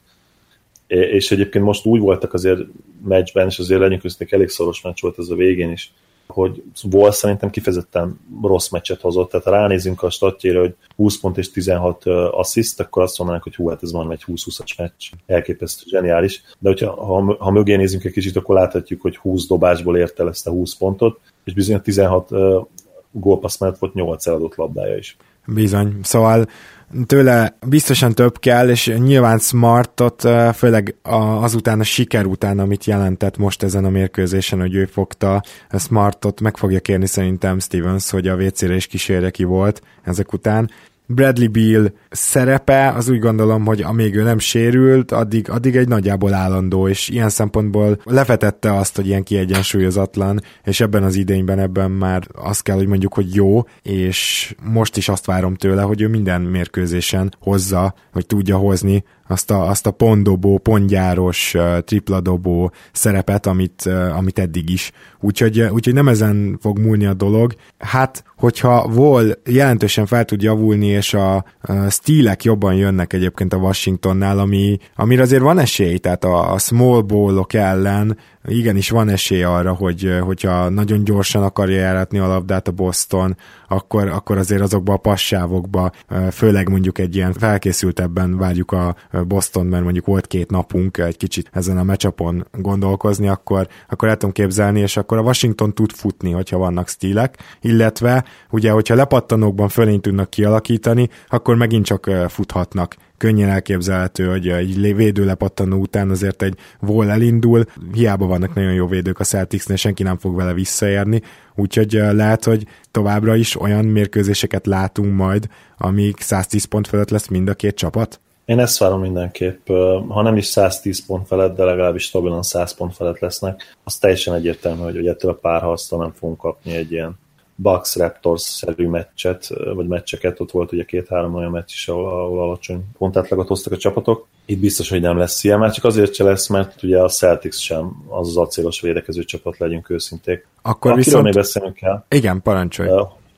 és egyébként most úgy voltak azért meccsben, és azért legyünk köztük, elég szoros meccs volt ez a végén is, hogy Wall szerintem kifejezetten rossz meccset hozott, tehát ha ránézünk a statjére, hogy 20 pont és 16 assziszt, akkor azt mondanánk, hogy hú, hát ez van egy 20-20-as meccs, elképesztő, zseniális, de hogyha ha mögé nézünk egy kicsit, akkor láthatjuk, hogy 20 dobásból ért el ezt a 20 pontot, és bizony a 16 gólpassz mellett volt 8 eladott labdája is. Bizony, szóval tőle biztosan több kell, és nyilván Smartot, főleg azután a siker után, amit jelentett most ezen a mérkőzésen, hogy ő fogta a Smartot, meg fogja kérni szerintem Stevens, hogy a WC-re is kísérje ki volt ezek után. Bradley Beal szerepe, az úgy gondolom, hogy amíg ő nem sérült, addig egy nagyjából állandó, és ilyen szempontból lefetette azt, hogy ilyen kiegyensúlyozatlan, és ebben az idényben ebben már azt kell, hogy mondjuk, hogy jó, és most is azt várom tőle, hogy ő minden mérkőzésen hozza, hogy tudja hozni azt a pontdobó, pontgyáros, tripladobó szerepet, amit eddig is. Úgyhogy nem ezen fog múlni a dolog. Hát, hogyha Wall jelentősen fel tud javulni, és a stealek jobban jönnek egyébként a Washingtonnál, amire azért van esély, tehát a small ball-ok ellen igenis van esély arra, hogyha nagyon gyorsan akarja járatni a labdát a Boston, akkor azért azokba a passávokba, főleg mondjuk egy ilyen felkészültebben várjuk a Boston, mert mondjuk volt 2 napunk egy kicsit ezen a matchupon gondolkozni, akkor el tudom képzelni, és akkor a Washington tud futni, hogyha vannak stealek, illetve ugye, hogyha lepattanókban fölényt tudnak kialakítani, akkor megint csak futhatnak. Könnyen elképzelhető, hogy egy védőlepattanó után azért egy Wall elindul, hiába vannak nagyon jó védők a Celticsnél, senki nem fog vele visszaérni, úgyhogy lehet, hogy továbbra is olyan mérkőzéseket látunk majd, amíg 110 pont felett lesz mind a 2 csapat? Én ezt várom mindenképp, ha nem is 110 pont felett, de legalábbis stabilan 100 pont felett lesznek. Az teljesen egyértelmű, hogy ettől a párharctól nem fogunk kapni egy ilyen Bucks-Raptors-szerű meccset, vagy meccseket, ott volt ugye 2-3 olyan meccs is, ahol alacsony pontátlagot hoztak a csapatok. Itt biztos, hogy nem lesz ilyen, már csak azért se lesz, mert ugye a Celtics sem az acélos védekező csapat, legyünk őszinték. Akkor viszont... még beszélnünk kell. Igen, parancsolj.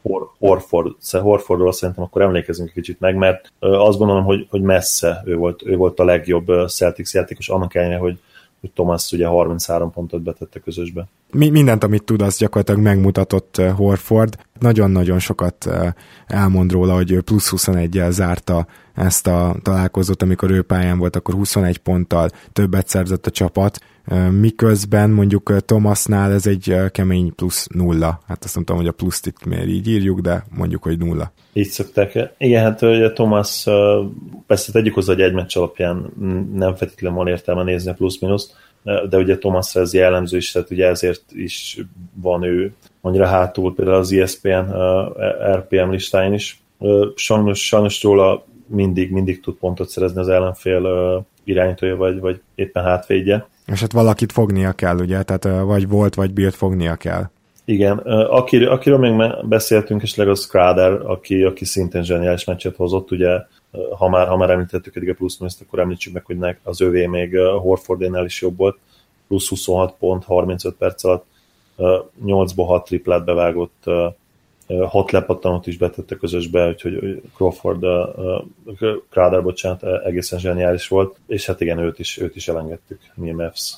Horfordról szerintem akkor emlékezünk egy kicsit meg, mert azt gondolom, hogy messze ő volt a legjobb Celtics játékos, annak ellenére, hogy Thomas ugye 33 pontot betette közösbe. Mindent, amit tud, az gyakorlatilag megmutatott Horford. Nagyon-nagyon sokat elmond róla, hogy ő plusz 21-jel zárta ezt a találkozót, amikor ő pályán volt, akkor 21 ponttal többet szerzett a csapat, miközben mondjuk Thomasnál ez egy kemény plusz 0. Hát azt nem tudom, hogy a pluszt itt miért így írjuk, de mondjuk, hogy 0. Így szokták. Igen, hát ugye Thomas, persze tegyük hozzá, hogy egy meccs alapján nem feltétlenül van értelme nézni a plusz-minuszt, de ugye Thomasra ez jellemző is, tehát ugye ezért is van ő annyira hátul, például az ESPN RPM listáin is. Sajnos róla mindig tud pontot szerezni az ellenfél irányítója, vagy éppen hátvédje. És hát valakit fognia kell, ugye? Tehát vagy volt, vagy Bealt fognia kell. Igen. Akiről még beszéltünk, és az Crowder, aki szintén zseniális meccset hozott, ugye, ha már említettük eddig a plusz-minuszt, akkor említsük meg, hogy az övé még Horfordénál is jobb volt. Plusz 26 pont, 35 perc alatt, 8-ból 6 triplát bevágott, 6 lepattanót is betette közösbe, úgyhogy Crowder, bocsánat, egészen zseniális volt, és hát igen, őt is elengedtük, mi a Mavs.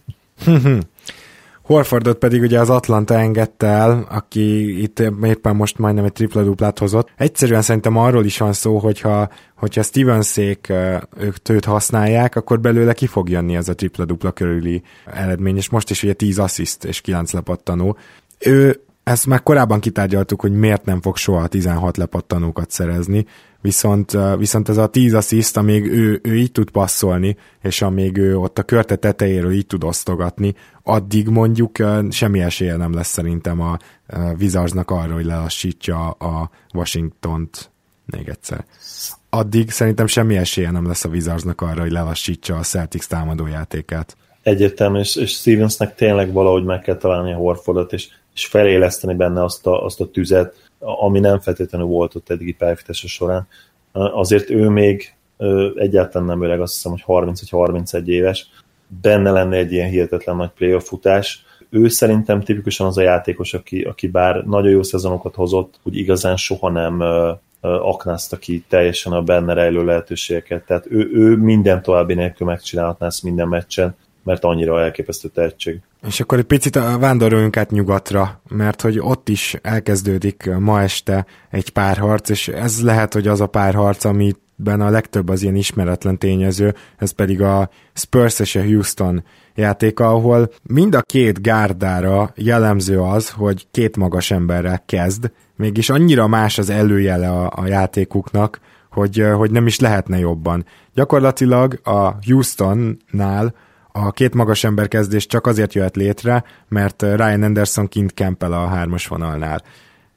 Horfordot pedig ugye az Atlanta engedte el, aki itt éppen most majdnem egy tripla-duplát hozott. Egyszerűen szerintem arról is van szó, hogyha Stevensék őt használják, akkor belőle ki fog jönni ez a tripla-dupla körüli eredmény, és most is ugye 10 assziszt és 9 lepattanó. Ezt már korábban kitárgyaltuk, hogy miért nem fog soha 16 lepattanókat szerezni, viszont ez a 10 assziszt, amíg ő így tud passzolni, és amíg ő ott a körte tetejéről így tud osztogatni, addig mondjuk semmi esélye nem lesz szerintem a Wizardsnak arra, hogy lelassítsa a Washingtont még egyszer. Addig szerintem semmi esélye nem lesz a Wizardsnak arra, hogy lelassítsa a Celtics támadójátékát. Egyértelmű, és Stevensnek tényleg valahogy meg kell találni a Horfordot, és feléleszteni benne azt a tüzet, ami nem feltétlenül volt ott eddigi pályafutása során. Azért ő még egyáltalán nem öreg, azt hiszem, hogy 30 vagy 31 éves, benne lenne egy ilyen hihetetlen nagy playoff futás. Ő szerintem tipikusan az a játékos, aki bár nagyon jó szezonokat hozott, úgy igazán soha nem aknázta ki teljesen a benne rejlő lehetőségeket. Tehát ő minden további nélkül megcsinálhatná ezt minden meccsen, mert annyira elképesztő tehetség. És akkor egy picit vándoroljunk át nyugatra, mert hogy ott is elkezdődik ma este egy párharc, és ez lehet, hogy az a párharc, amiben a legtöbb az ilyen ismeretlen tényező, ez pedig a Spurs és a Houston játéka, ahol mind a két gárdára jellemző az, hogy két magas emberrel kezd, mégis annyira más az előjele a játékuknak, hogy nem is lehetne jobban. Gyakorlatilag a Houstonnál a két magas ember kezdés csak azért jöhet létre, mert Ryan Anderson kint kempel a 3-as vonalnál.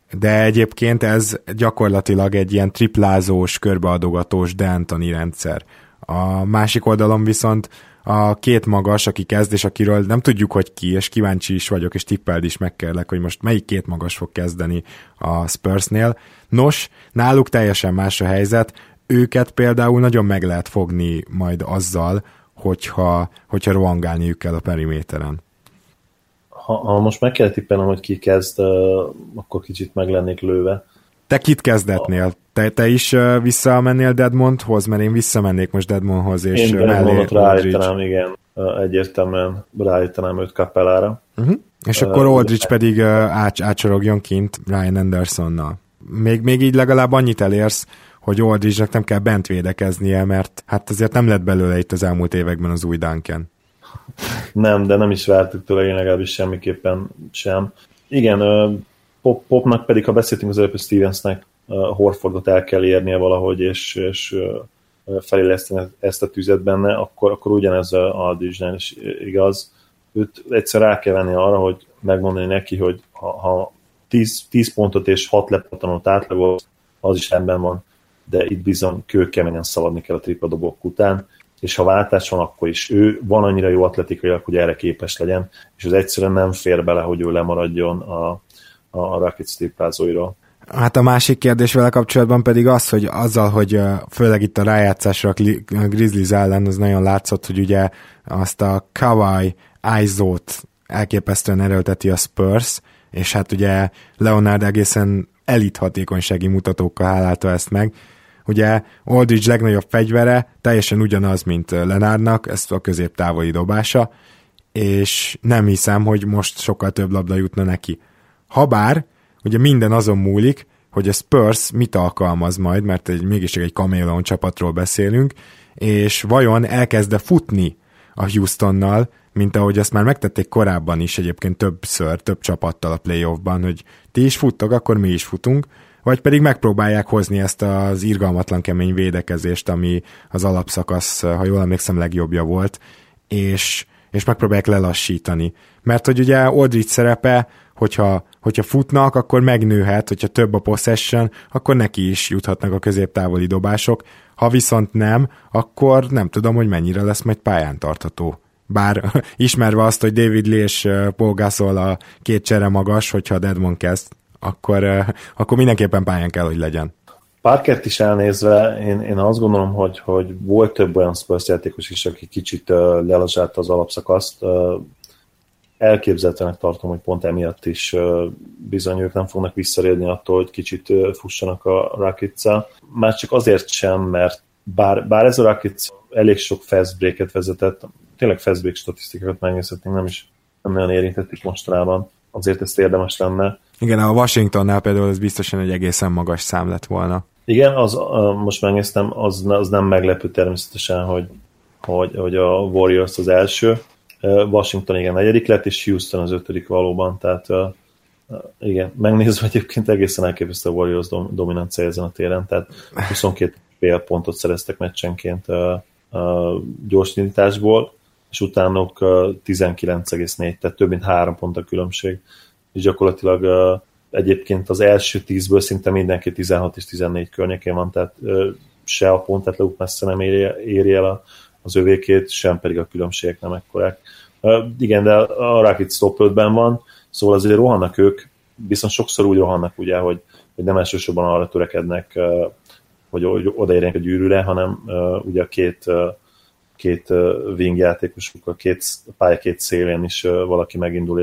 de egyébként ez gyakorlatilag egy ilyen triplázós, körbeadogatós D'Antoni rendszer. A másik oldalon viszont a két magas, aki kezd, és akiről nem tudjuk, hogy ki, és kíváncsi is vagyok, és tippeld is megkérlek, hogy most melyik két magas fog kezdeni a Spursnél. Nos, náluk teljesen más a helyzet, őket például nagyon meg lehet fogni majd azzal, hogyha rohangálniuk kell a periméteren. Ha most meg kell tippelnem, hogy ki kezd, akkor kicsit meg lennék lőve. Te kit kezdetnél? Te is visszamennél Dedmondhoz, mert én visszamennék most Dedmondhoz, és én Dedmondot ráállítanám, igen. Egyértelműen ráállítanám őt Capellára. És akkor Aldridge pedig átsorogjon kint Ryan Andersonnal. Még így legalább annyit elérsz, hogy Aldridge-nak nem kell bent védekeznie, mert hát azért nem lett belőle itt az elmúlt években az új Duncan. Nem, de nem is vártuk tőle, én legalábbis semmiképpen sem. Igen, Popnak pedig, ha beszéltünk az előbb, hogy Stevensnek Horfordot el kell érnie valahogy, és feléleszteni ezt a tüzet benne, akkor ugyanez Aldridge-nál is igaz. Őt egyszer rá kell venni arra, hogy megmondani neki, hogy ha 10 pontot és 6 lepattanót átlagol, az is rendben van, de itt bizony kőkeményen szaladni kell a tripla dobók után, és ha váltás van, akkor is ő van annyira jó atletikailag, hogy erre képes legyen, és az egyszerűen nem fér bele, hogy ő lemaradjon a Rockets triplázóiról. Hát a másik kérdés vele kapcsolatban pedig az, hogy azzal, hogy főleg itt a rájátszásra a Grizzlies ellen az nagyon látszott, hogy ugye azt a Kawhi ISO-t elképesztően erőlteti a Spurs, és hát ugye Leonard egészen elit hatékonysági mutatókkal hálálta ezt meg. Ugye Aldridge legnagyobb fegyvere teljesen ugyanaz, mint Leonardnak, ez a középtávoli dobása, és nem hiszem, hogy most sokkal több labda jutna neki. Habár, ugye minden azon múlik, hogy a Spurs mit alkalmaz majd, mert mégis egy kaméleon csapatról beszélünk, és vajon elkezd-e futni a Houstonnal, mint ahogy azt már megtették korábban is egyébként többször, több csapattal a playoffban, hogy ti is futtok, akkor mi is futunk, vagy pedig megpróbálják hozni ezt az irgalmatlan kemény védekezést, ami az alapszakasz, ha jól emlékszem, legjobbja volt, és megpróbálják lelassítani. Mert hogy ugye Aldridge szerepe, hogyha futnak, akkor megnőhet, hogyha több a possession, akkor neki is juthatnak a középtávoli dobások, ha viszont nem, akkor nem tudom, hogy mennyire lesz majd pályán tartható. Bár ismerve azt, hogy David Lee és Paul Gasol a két csere magas, hogyha Dedmond kezd, akkor mindenképpen pályán kell, hogy legyen. Parkert is elnézve, én azt gondolom, hogy volt több olyan Spurs játékos is, aki kicsit lelazsálta az alapszakaszt. Elképzelhetőnek tartom, hogy pont emiatt is bizony ők nem fognak visszarélni attól, hogy kicsit fussanak a Rockets-szel. Már csak azért sem, mert bár ez a Rockets elég sok fast break-et vezetett, tényleg fast break statisztikákat megnézhetnénk, nem nagyon érintettük mostanában, azért ezt érdemes lenne. Igen, a Washingtonnál például ez biztosan egy egészen magas szám lett volna. Igen, most megnéztem, az nem meglepő természetesen, hogy a Warriors az első, Washington igen negyedik lett, és Houston az 5. valóban, tehát igen, megnézve egyébként egészen elképesztő a Warriors dominancia ezen a téren, tehát 22 fél pontot szereztek meccsenként gyors indításból, és utánuk 19,4, tehát több mint 3 pont a különbség, és gyakorlatilag egyébként az első 10-ből szinte mindenki 16 és 14 környékén van, tehát se a pontátlaguk messze nem éri el az övékét, sem pedig a különbségek nem ekkorák. Igen, de a Rockets top 5-ben van, szóval azért rohannak ők, viszont sokszor úgy rohannak, ugye, hogy nem elsősorban arra törekednek, hogy odaérjenek a gyűrűre, hanem ugye a két wing játékosuk, a pálya két szélén is valaki megindul,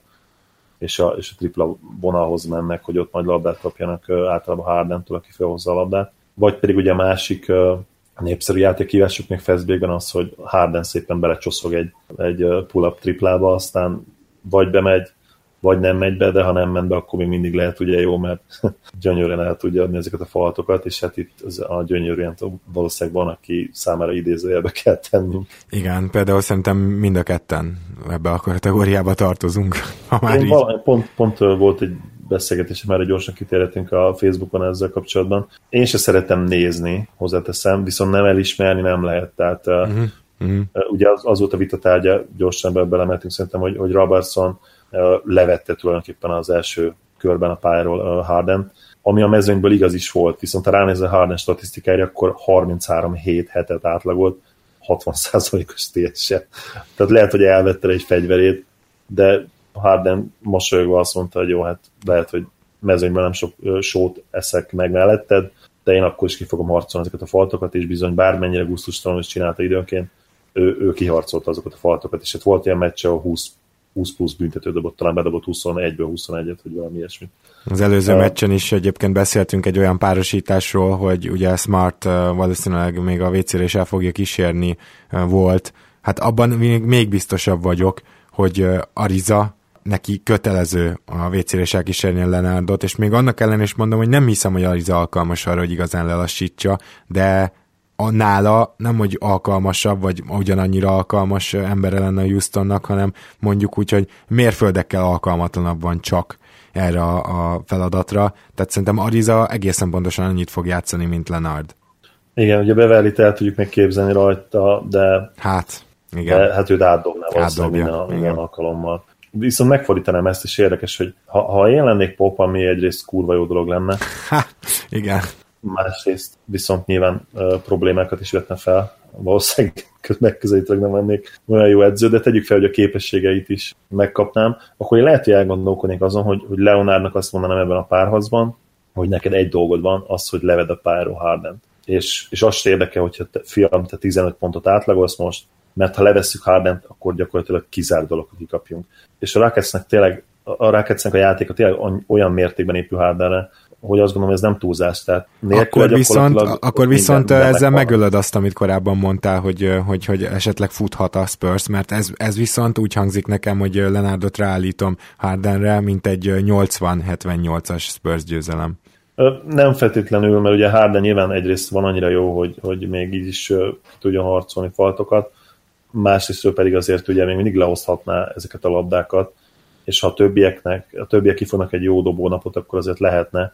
és a tripla vonalhoz mennek, hogy ott majd labdát kapjanak általában Hardentől, aki felhozza a labdát. Vagy pedig ugye a másik népszerű játékhívásuk még fastbreakben az, hogy Harden szépen belecsoszog egy pull-up triplába, aztán vagy bemegy, vagy nem megy be, de ha nem ment be, akkor még mindig lehet ugye jó, mert gyönyörűen el tudja adni ezeket a falatokat, és hát itt a gyönyörűen valószínűleg van, aki számára idézőjelbe kell tennünk. Igen, például szerintem mind a ketten ebbe a kategóriába tartozunk. Ha már pont volt egy beszélgetés, már gyorsan kitérhetünk a Facebookon ezzel kapcsolatban. Én se szeretem nézni, hozzáteszem, viszont nem elismerni nem lehet, tehát ugye az volt a vitatárgya, gyorsan belemeltünk szerintem, hogy Robertson levette tulajdonképpen az első körben a pályáról Harden, ami a mezőnyből igaz is volt, viszont ha ránézel Harden statisztikájára, akkor 33-7 hetet átlagolt, 60%-os TS-e. Tehát lehet, hogy elvette egy fegyverét, de Harden mosolyogva azt mondta, hogy jó, hát lehet, hogy mezőnyben nem sok sót eszek meg melletted, de én akkor is ki fogom harcolni ezeket a faltokat, és bizony bármennyire gusztustalanul is csinálta időnként, ő kiharcolta azokat a faltokat, és hát volt ilyen meccs, ahol 20 plusz büntető dobott, talán bedobott 21-ből 21-et, vagy valami ilyesmit. Az előző meccsen is egyébként beszéltünk egy olyan párosításról, hogy ugye Smart valószínűleg még a WC-re is el fogja kísérni volt. Hát abban még biztosabb vagyok, hogy Ariza neki kötelező a WC-re is elkísérni a Leonardot, és még annak ellen is mondom, hogy nem hiszem, hogy Ariza alkalmas arra, hogy igazán lelassítsa, de nála nem, hogy alkalmasabb, vagy ugyanannyira alkalmas embere lenne a Houstonnak, hanem mondjuk úgy, hogy mérföldekkel alkalmatlanabb van csak erre a feladatra. Tehát szerintem Ariza egészen pontosan annyit fog játszani, mint Leonard. Igen, ugye Beverlyt el tudjuk még képzelni rajta, de hát, igen. De, hát őt átdobná valószínűleg minden alkalommal. Viszont megfordítanám ezt, és érdekes, hogy ha én lennék Pop, ami egyrészt kurva jó dolog lenne. Igen. Másrészt viszont nyilván problémákat is vetne fel. Valószínűleg megközelítőleg nem lennék olyan jó edző, de tegyük fel, hogy a képességeit is megkapnám. Akkor én lehet, hogy elgondolkodnék azon, hogy Leonardnak azt mondanám ebben a párharcban, hogy neked egy dolgod van, az, hogy leved a pályáról Hardent. És azt se érdekel, hogyha te 15 pontot átlagolsz most, mert ha levesszük Hardent, akkor gyakorlatilag kizárt dolog, hogy kikapjunk. És a Rocketsnek a játéka tényleg olyan mértékben épül Hardenre, hogy azt gondolom, ez nem túlzás. Tehát akkor viszont ezzel megölöd azt, amit korábban mondtál, hogy esetleg futhat a Spurs, mert ez viszont úgy hangzik nekem, hogy Leonardot ráállítom Hardenre, mint egy 80-78-as Spurs győzelem. Nem feltétlenül, mert ugye Harden nyilván egyrészt van annyira jó, hogy még így is tudjon harcolni faltokat, másrészt pedig azért ugye még mindig lehozhatná ezeket a labdákat, és ha a többiek kifognak egy jó dobónapot, akkor azért lehetne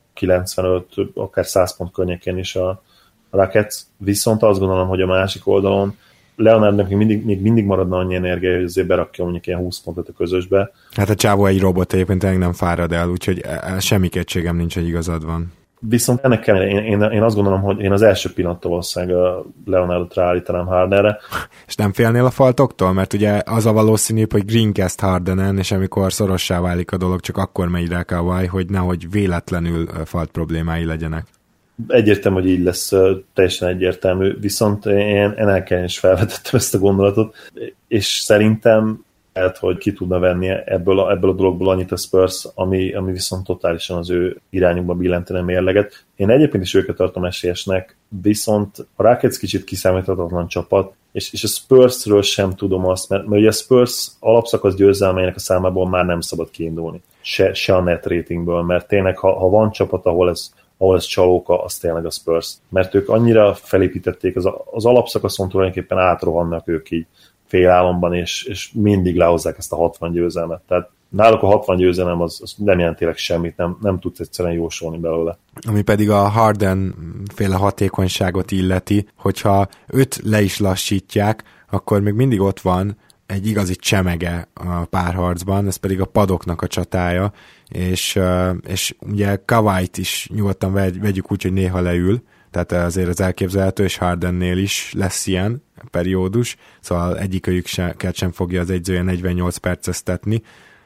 95, akár 100 pont környékén is a Rockets. Viszont azt gondolom, hogy a másik oldalon Leonardnak még mindig maradna annyi energia, hogy azért berakja mondjuk ilyen 20 pontot a közösbe. Hát a csávó egy robot egyébként nem fárad el, úgyhogy semmi kétségem nincs, hogy igazad van. Viszont ennek kell, én azt gondolom, hogy én az első pillanattól valószínűleg a Leonardot ráállítanám Hardenre. És nem félnél a faltoktól? Mert ugye az a valószínűbb, hogy Green kezd Hardenen, és amikor szorossá válik a dolog, csak akkor megy rá Kawhi, hogy nehogy véletlenül falt problémái legyenek. Egyértelmű, hogy így lesz, teljesen egyértelmű, viszont én NLK-en is felvetettem ezt a gondolatot, és szerintem lehet, hogy ki tudna venni ebből a dologból annyit a Spurs, ami viszont totálisan az ő irányukba billentene mérleget. Én egyébként is őket tartom esélyesnek, viszont a Rockets kicsit kiszámíthatatlan csapat, és a Spursről sem tudom azt, mert ugye a Spurs alapszakasz győzelmeinek a számából már nem szabad kiindulni. Se a net ratingből, mert tényleg, ha van csapat, ahol ez csalóka, az tényleg a Spurs. Mert ők annyira felépítették, az alapszakaszon tulajdonképpen átrohannak ők így félálomban, és mindig lehozzák ezt a 60 győzelmet. Tehát náluk a 60 győzelem az nem jelent tényleg semmit, nem tudsz egyszerűen jósolni belőle. Ami pedig a Harden féle hatékonyságot illeti, hogyha őt le is lassítják, akkor még mindig ott van egy igazi csemege a párharcban, ez pedig a padoknak a csatája, és ugye Kawhi-t is nyugodtan vegyük úgy, hogy néha leül, tehát azért az elképzelhető, és Hardennél is lesz ilyen periódus, szóval egyikőjüket sem fogja az egyzője 48 perceztetni.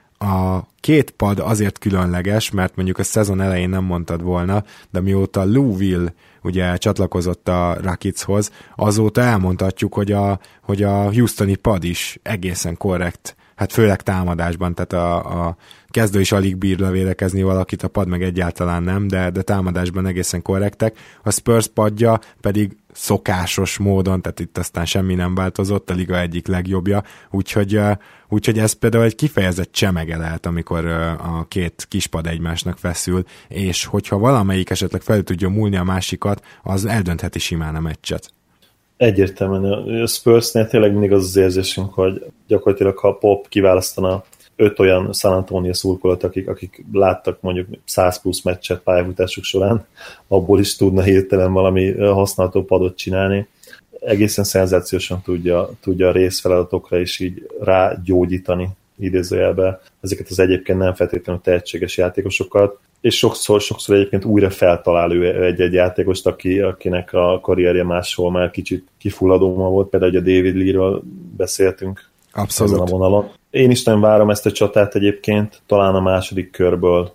A két pad azért különleges, mert mondjuk a szezon elején nem mondtad volna, de mióta Lou Will ugye csatlakozott a Rocketshoz, azóta elmondhatjuk, hogy a Houstoni pad is egészen korrekt, hát főleg támadásban, tehát a kezdő is alig bír levédekezni valakit, a pad meg egyáltalán nem, de támadásban egészen korrektek. A Spurs padja pedig szokásos módon, tehát itt aztán semmi nem változott, a liga egyik legjobbja, úgyhogy ez például egy kifejezett csemege lehet, amikor a két kispad egymásnak feszül, és hogyha valamelyik esetleg fel tudja múlni a másikat, az eldöntheti simán a meccset. Egyértelműen. A Spursnél tényleg mindig az érzésünk, hogy gyakorlatilag ha Pop kiválasztana 5 olyan San Antonio szurkolót, akik láttak mondjuk 100 plusz meccset pályafutásuk során, abból is tudna hirtelen valami használható padot csinálni. Egészen szenzációsan tudja a részfeladatokra is így rágyógyítani idézőjelbe ezeket az egyébként nem feltétlenül tehetséges játékosokat, és sokszor egyébként újra feltalál ő egy játékost, akinek a karrierje máshol már kicsit kifulladó volt, például a David Lee-ről beszéltünk. Abszolút. Ezen a vonalon. Én is nem várom ezt a csatát egyébként, talán a második körből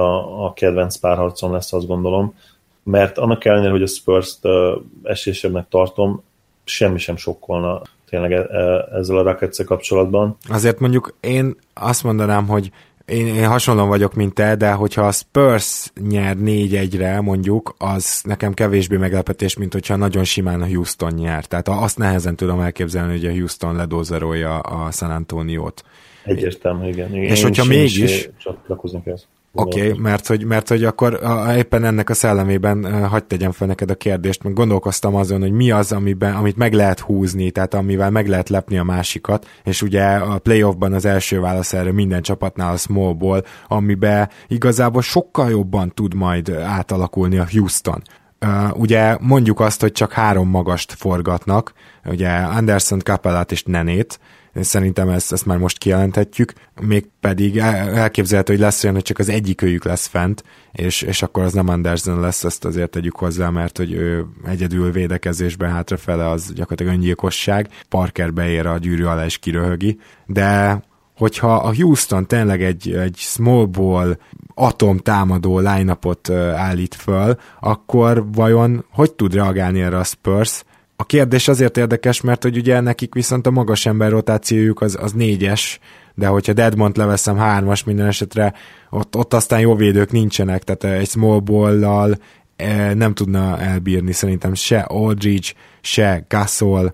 a kedvenc párharcon lesz, azt gondolom, mert annak ellenére, hogy a Spurs-t esélyesebbnek tartom, semmi sem sokkolna tényleg ezzel a Rockets-szel kapcsolatban. Azért mondjuk én azt mondanám, hogy én hasonlóan vagyok, mint te, de hogyha a Spurs nyer 4-1-re mondjuk, az nekem kevésbé meglepetés, mint hogyha nagyon simán a Houston nyer. Tehát azt nehezen tudom elképzelni, hogy a Houston ledózerolja a San Antoniót. Egyértelmű, igen. És hogyha mégis... Csatlakozni kell. Oké, mert hogy akkor éppen ennek a szellemében hagyd tegyem fel neked a kérdést, meg gondolkoztam azon, hogy mi az, amit meg lehet húzni, tehát amivel meg lehet lepni a másikat, és ugye a playoffban az első válasz erre minden csapatnál a small ball, amiben igazából sokkal jobban tud majd átalakulni a Houston. Ugye mondjuk azt, hogy csak 3 magast forgatnak, ugye Anderson, Capellát és Nenét, szerintem ezt már most kijelenthetjük, mégpedig elképzelhető, hogy lesz olyan, hogy csak az egyikőjük lesz fent, és akkor az nem Anderson lesz, ezt azért tegyük hozzá, mert hogy ő egyedül védekezésben hátrafele, az gyakorlatilag öngyilkosság, Parker beér a gyűrű alá és kiröhögi, de hogyha a Houston tényleg egy small ball atomtámadó line-upot állít föl, akkor vajon hogy tud reagálni erre a Spurs? A kérdés azért érdekes, mert hogy ugye nekik viszont a magas ember rotációjuk az 4-es, de hogyha Dedmont leveszem 3-as minden esetre, ott aztán jó védők nincsenek, tehát egy small ball-lal nem tudna elbírni szerintem se Aldridge, se Gasol,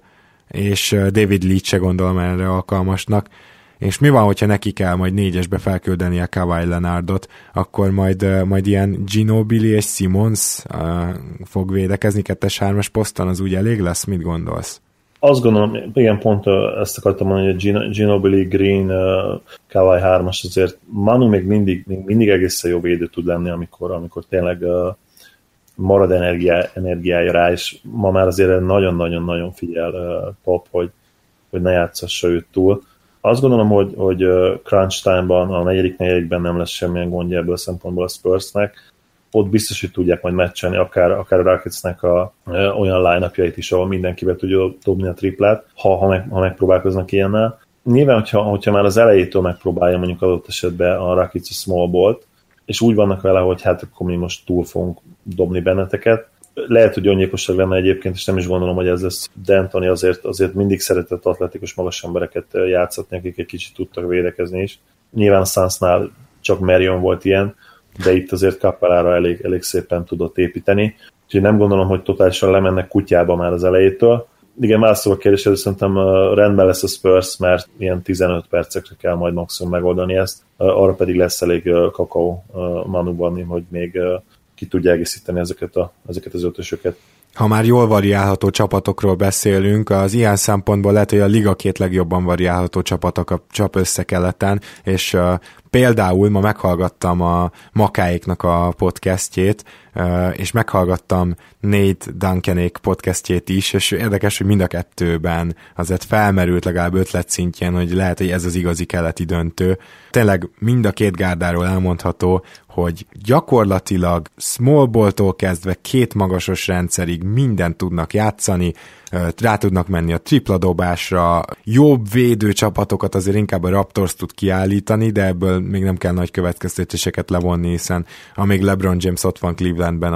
és David Lee se gondolom erre alkalmasnak. És mi van, hogyha neki kell majd 4-esbe felküldeni a Kawhi Leonardot, akkor majd ilyen Ginobili és Simmons fog védekezni 2-3-as poszton, az úgy elég lesz? Mit gondolsz? Azt gondolom, igen, pont ezt akartam mondani, hogy Ginobili, Green, Kawhi 3-as, azért Manu még mindig egészen jó védő tud lenni, amikor tényleg marad energiája rá, és ma már azért nagyon-nagyon-nagyon figyel Pop, hogy ne játszassa őt túl. Azt gondolom, hogy crunch time-ban, a negyedik-negyedikben nem lesz semmilyen gondja ebből a szempontból a Spursnek. Ott biztos, hogy tudják majd meccselni, akár a Rocketsnek olyan line-upjait is, ahol mindenki be tudja dobni a triplát, ha megpróbálkoznak ilyennel. Nyilván, hogyha már az elejétől megpróbálja mondjuk adott esetben a Rockets a small ball-t, és úgy vannak vele, hogy hát akkor mi most túl fogunk dobni benneteket. Lehet, hogy öngyilkosság lenne egyébként, és nem is gondolom, hogy ez lesz. D'Antoni azért mindig szeretett atletikus magas embereket játszatni, akik egy kicsit tudtak védekezni is. Nyilván a Sunsnál csak Marion volt ilyen, de itt azért Capellára elég szépen tudott építeni. Úgyhogy nem gondolom, hogy totálisan lemennek kutyába már az elejétől. Igen, válaszolva a kérdésre, szerintem rendben lesz a Spurs, mert ilyen 15 percekre kell majd maximum megoldani ezt. Arra pedig lesz elég kakaó Manuban, hogy még ki tudja egészíteni ezeket az ötösöket. Ha már jól variálható csapatokról beszélünk, az ilyen szempontból lehet, hogy a liga 2 legjobban variálható csapatok csap össze keleten, és például ma meghallgattam a Makáéknak a podcastjét, és meghallgattam Nate Duncanék podcastjét is, és érdekes, hogy mind a kettőben azért felmerült legalább ötlet szintjén, hogy lehet, hogy ez az igazi keleti döntő. Tényleg mind a 2 gárdáról elmondható, hogy gyakorlatilag small ball-tól kezdve 2 magasos rendszerig mindent tudnak játszani, rá tudnak menni a tripla dobásra, jobb védő csapatokat azért inkább a Raptors tud kiállítani, de ebből még nem kell nagy következtetéseket levonni, hiszen amíg LeBron James ott van Clevelandben,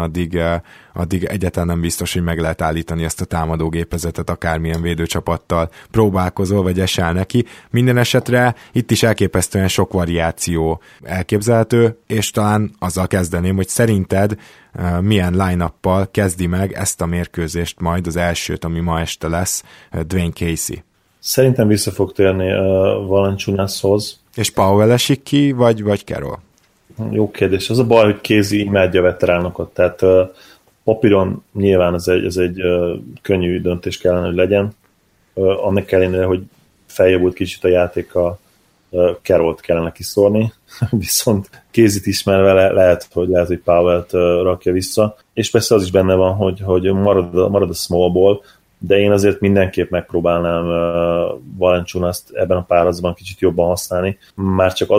addig egyáltalán nem biztos, hogy meg lehet állítani ezt a támadógépezetet akármilyen védőcsapattal próbálkozol, vagy esel neki. Minden esetre itt is elképesztően sok variáció elképzelhető, és talán azzal kezdeném, hogy szerinted milyen line-uppal kezdi meg ezt a mérkőzést majd, az elsőt, ami ma este lesz, Dwayne Casey. Szerintem vissza fog térni Valanciunashoz. És Powell esik ki, vagy Carroll? Jó kérdés. Az a baj, hogy Casey imádja a veteránokat, tehát papíron nyilván ez egy könnyű döntés kellene, hogy legyen. Annak ellenére, hogy feljavult kicsit a játéka, Carrollt kellene kiszórni, viszont Casey-t ismerve lehet, hogy Powell-t rakja vissza, és persze az is benne van, hogy marad a small ball, de én azért mindenképp megpróbálnám Valanciunast ebben a párharcban kicsit jobban használni, már csak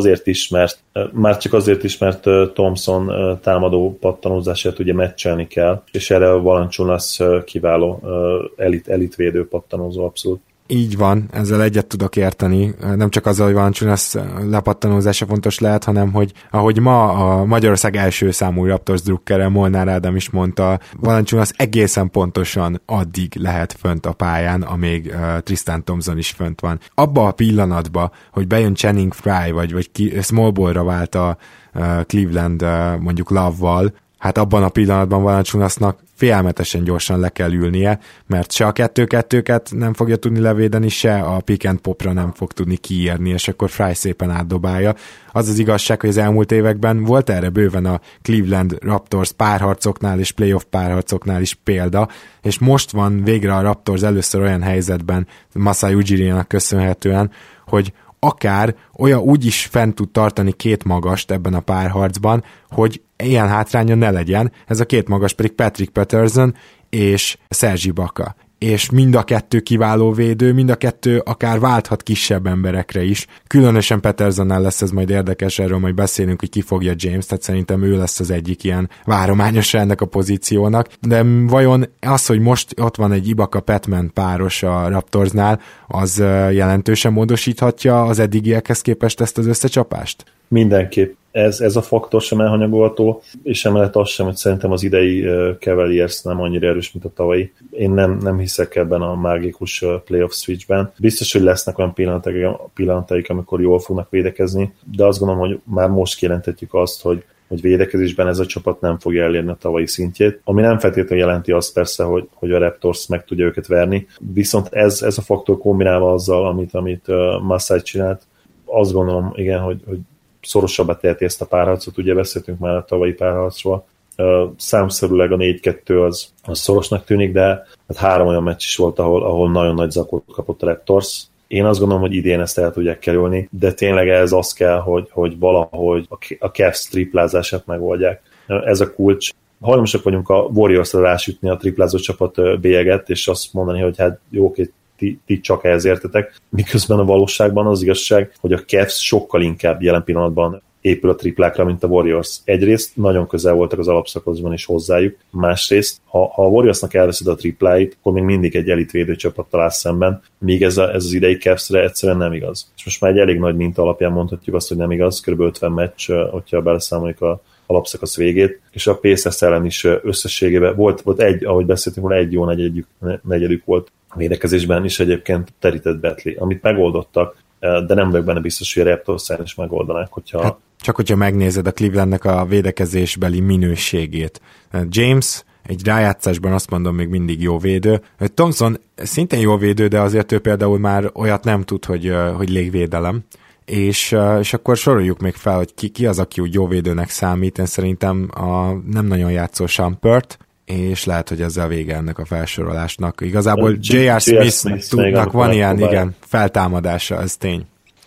azért is, mert Thompson támadó pattanózását ugye meccselni kell, és erre a Valanciunas kiváló elitvédő pattanózó abszolút. Így van, ezzel egyet tudok érteni. Nem csak azzal, hogy Valanciunas lepattanózása fontos lehet, hanem hogy ahogy ma a Magyarország első számú Raptors drukkere Molnár Ádám is mondta, Valanciunas egészen pontosan addig lehet fönt a pályán, amíg Tristan Thompson is fönt van. Abba a pillanatban, hogy bejön Channing Frye, vagy small ballra vált a Cleveland mondjuk Love-val, hát abban a pillanatban Valanciunasnak félelmetesen gyorsan le kell ülnie, mert se a 2-2-ket nem fogja tudni levédeni, se a pick and popra nem fog tudni kiírni, és akkor Fry szépen átdobálja. Az az igazság, hogy az elmúlt években volt erre bőven a Cleveland Raptors párharcoknál és playoff párharcoknál is példa, és most van végre a Raptors először olyan helyzetben, Masai Ujirinak köszönhetően, hogy akár olyan úgy is fent tud tartani két magast ebben a párharcban, hogy ilyen hátránya ne legyen. Ez a két magas pedig Patrick Patterson és Serge Ibaka. És mind a kettő kiváló védő, mind a kettő akár válthat kisebb emberekre is. Különösen Pattersonnál lesz ez majd érdekes, erről majd beszélünk, hogy ki fogja James, tehát szerintem ő lesz az egyik ilyen várományos ennek a pozíciónak. De vajon az, hogy most ott van egy Ibaka-Patman páros a Raptorsnál, az jelentősen módosíthatja az eddigiekhez képest ezt az összecsapást? Mindenképp. Ez a faktor sem elhanyagolható, és emellett az sem, hogy szerintem az idei Cavaliers nem annyira erős, mint a tavalyi. Én nem hiszek ebben a mágikus playoff switchben. Biztos, hogy lesznek olyan pillanataik, amikor jól fognak védekezni, de azt gondolom, hogy már most kijelenthetjük azt, hogy védekezésben ez a csapat nem fogja elérni a tavalyi szintjét, ami nem feltétlenül jelenti azt persze, hogy a Raptors meg tudja őket verni, viszont ez a faktor kombinálva azzal, amit Masai csinált, azt gondolom, igen, hogy szorosabbá teheti ezt a párharcot, ugye beszéltünk már a tavalyi párharcról. Számszerűleg a 4-2 az szorosnak tűnik, de hát 3 olyan meccs is volt, ahol nagyon nagy zakót kapott a Raptors. Én azt gondolom, hogy idén ezt el tudják kerülni, de tényleg ez az kell, hogy valahogy a Cavs triplázását megoldják. Ez a kulcs. Hajlamosak vagyunk a Warriors-ra rásütni a triplázó csapat bélyeget, és azt mondani, hogy hát jó, oké, ti csak ehhez értetek, miközben a valóságban az igazság, hogy a Cavs sokkal inkább jelen pillanatban épül a triplákra, mint a Warriors. Egyrészt nagyon közel voltak az alapszakaszban is hozzájuk, másrészt, ha a Warriorsnak elveszed a tripláit, akkor még mindig egy elitvédő csapat talál szemben, míg ez az idei Cavsre egyszerűen nem igaz. És most már egy elég nagy minta alapján mondhatjuk azt, hogy nem igaz, kb. 50 meccs, hogyha beleszámoljuk a alapszakasz végét, és a Pacers ellen is összességében volt egy, ahogy beszéltünk, volt egy jó negyedük volt a védekezésben is egyébként terített Betley, amit megoldottak, de nem vagyok benne biztos, hogy a Raptors is megoldanák, hogyha... Hát, csak hogyha megnézed a Clevelandnek a védekezésbeli minőségét. James egy rájátszásban azt mondom még mindig jó védő. Thompson szintén jó védő, de azért ő például már olyat nem tud, hogy légvédelem. És akkor soroljuk még fel, hogy ki az, aki úgy jó védőnek számít. Én szerintem nem nagyon játszó Shumpert, és lehet, hogy ezzel vége ennek a felsorolásnak. Igazából J.R. Smith-nak van ilyen, igen, feltámadása, ez tény.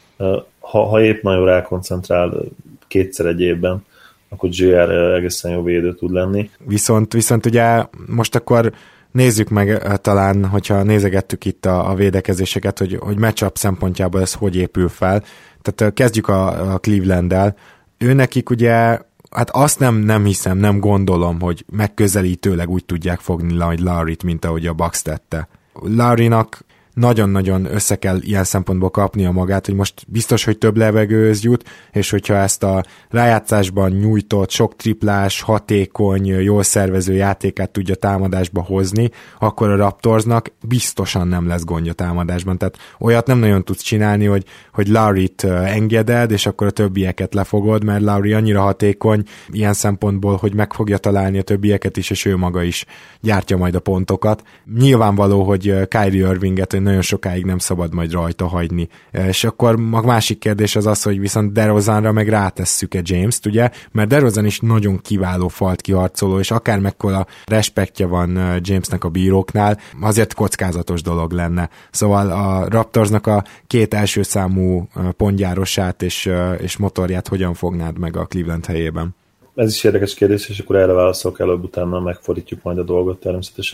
Ha épp nagyon rákoncentrál kétszer egy évben, akkor J.R. egészen jó védő tud lenni. Viszont ugye most akkor nézzük meg talán, hogyha nézegettük itt a védekezéseket, hogy matchup szempontjából ez hogy épül fel. Tehát kezdjük a Cleveland-del. Őnekik ugye, hát azt nem hiszem, nem gondolom, hogy megközelítőleg úgy tudják fogni Lowryt, mint ahogy a Bucks tette. Lowrynak nagyon-nagyon össze kell ilyen szempontból kapnia magát, hogy most biztos, hogy több levegőhöz jut, és hogyha ezt a rájátszásban nyújtott, sok triplás, hatékony, jól szervező játékát tudja támadásba hozni, akkor a Raptorsnak biztosan nem lesz gondja támadásban. Tehát olyat nem nagyon tudsz csinálni, hogy Lowryt engeded, és akkor a többieket lefogod, mert Lowry annyira hatékony ilyen szempontból, hogy meg fogja találni a többieket is, és ő maga is gyártja majd a pontokat. Nyilvánvaló, hogy Kyrie Irvinget nagyon sokáig nem szabad majd rajta hagyni. És akkor a másik kérdés az, hogy viszont DeRozanra meg rátesszük-e James-t, ugye? Mert DeRozan is nagyon kiváló falt kiharcoló, és akár mekkora respektje van Jamesnek a bíróknál, azért kockázatos dolog lenne. Szóval a Raptorsnak a két első számú pontgyárosát és motorját hogyan fognád meg a Cleveland helyében? Ez is érdekes kérdés, és akkor erre válaszolok előbb-utána, megfordítjuk majd a dolgot természetesen.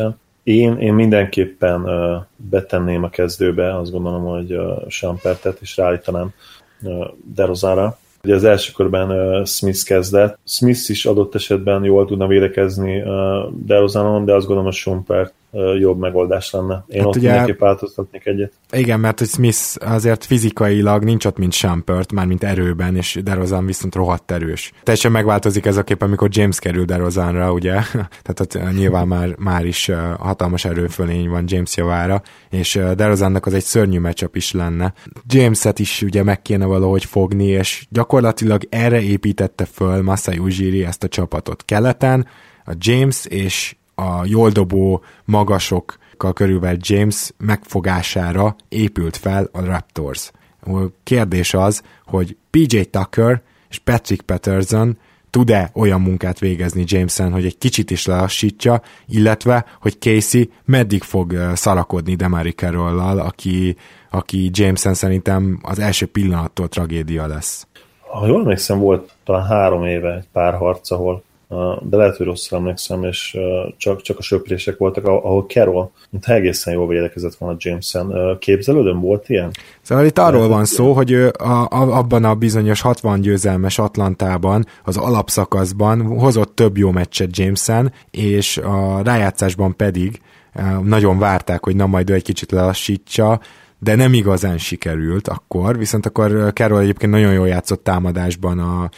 Én mindenképpen betenném a kezdőbe, azt gondolom, hogy Shumpertet is ráállítanám DeRozanra. Ugye az első körben Smith kezdett. Smith is adott esetben jól tudna védekezni DeRozanon, de azt gondolom, hogy Shumpert jobb megoldás lenne. Én hát ott mindenképp változtatnék egyet. Igen, mert hogy Smith azért fizikailag nincs ott, mint Shumpert, már mint erőben, és DeRozan viszont rohadt erős. Teljesen megváltozik ez a kép, amikor James kerül DeRozanra, ugye? Tehát ott nyilván már is hatalmas erőfölény van James javára, és DeRozannak az egy szörnyű matchup is lenne. Jameset is ugye meg kéne valahogy fogni, és gyakorlatilag erre építette föl Masai Ujiri ezt a csapatot. Keleten a James és a jól dobó magasokkal körülvett James megfogására épült fel a Raptors. A kérdés az, hogy PJ Tucker és Patrick Patterson tud-e olyan munkát végezni Jameson, hogy egy kicsit is lelassítja, illetve, hogy Casey meddig fog szarakodni DeMarre Carroll-lal, aki Jameson szerintem az első pillanattól tragédia lesz. Ha jól emlékszem, volt talán 3 éve egy pár harc, ahol de lehet, hogy rosszul emlékszem, és csak a söprések voltak, ahol Carroll, mintha egészen jól védekezett volna Jameson. Képzelődön volt ilyen? Szóval itt arról van szó, hogy abban a bizonyos 60 győzelmes Atlantában, az alapszakaszban hozott több jó meccset Jameson, és a rájátszásban pedig nagyon várták, hogy na majd ő egy kicsit lelassítsa, de nem igazán sikerült akkor, viszont akkor Carroll egyébként nagyon jól játszott támadásban, a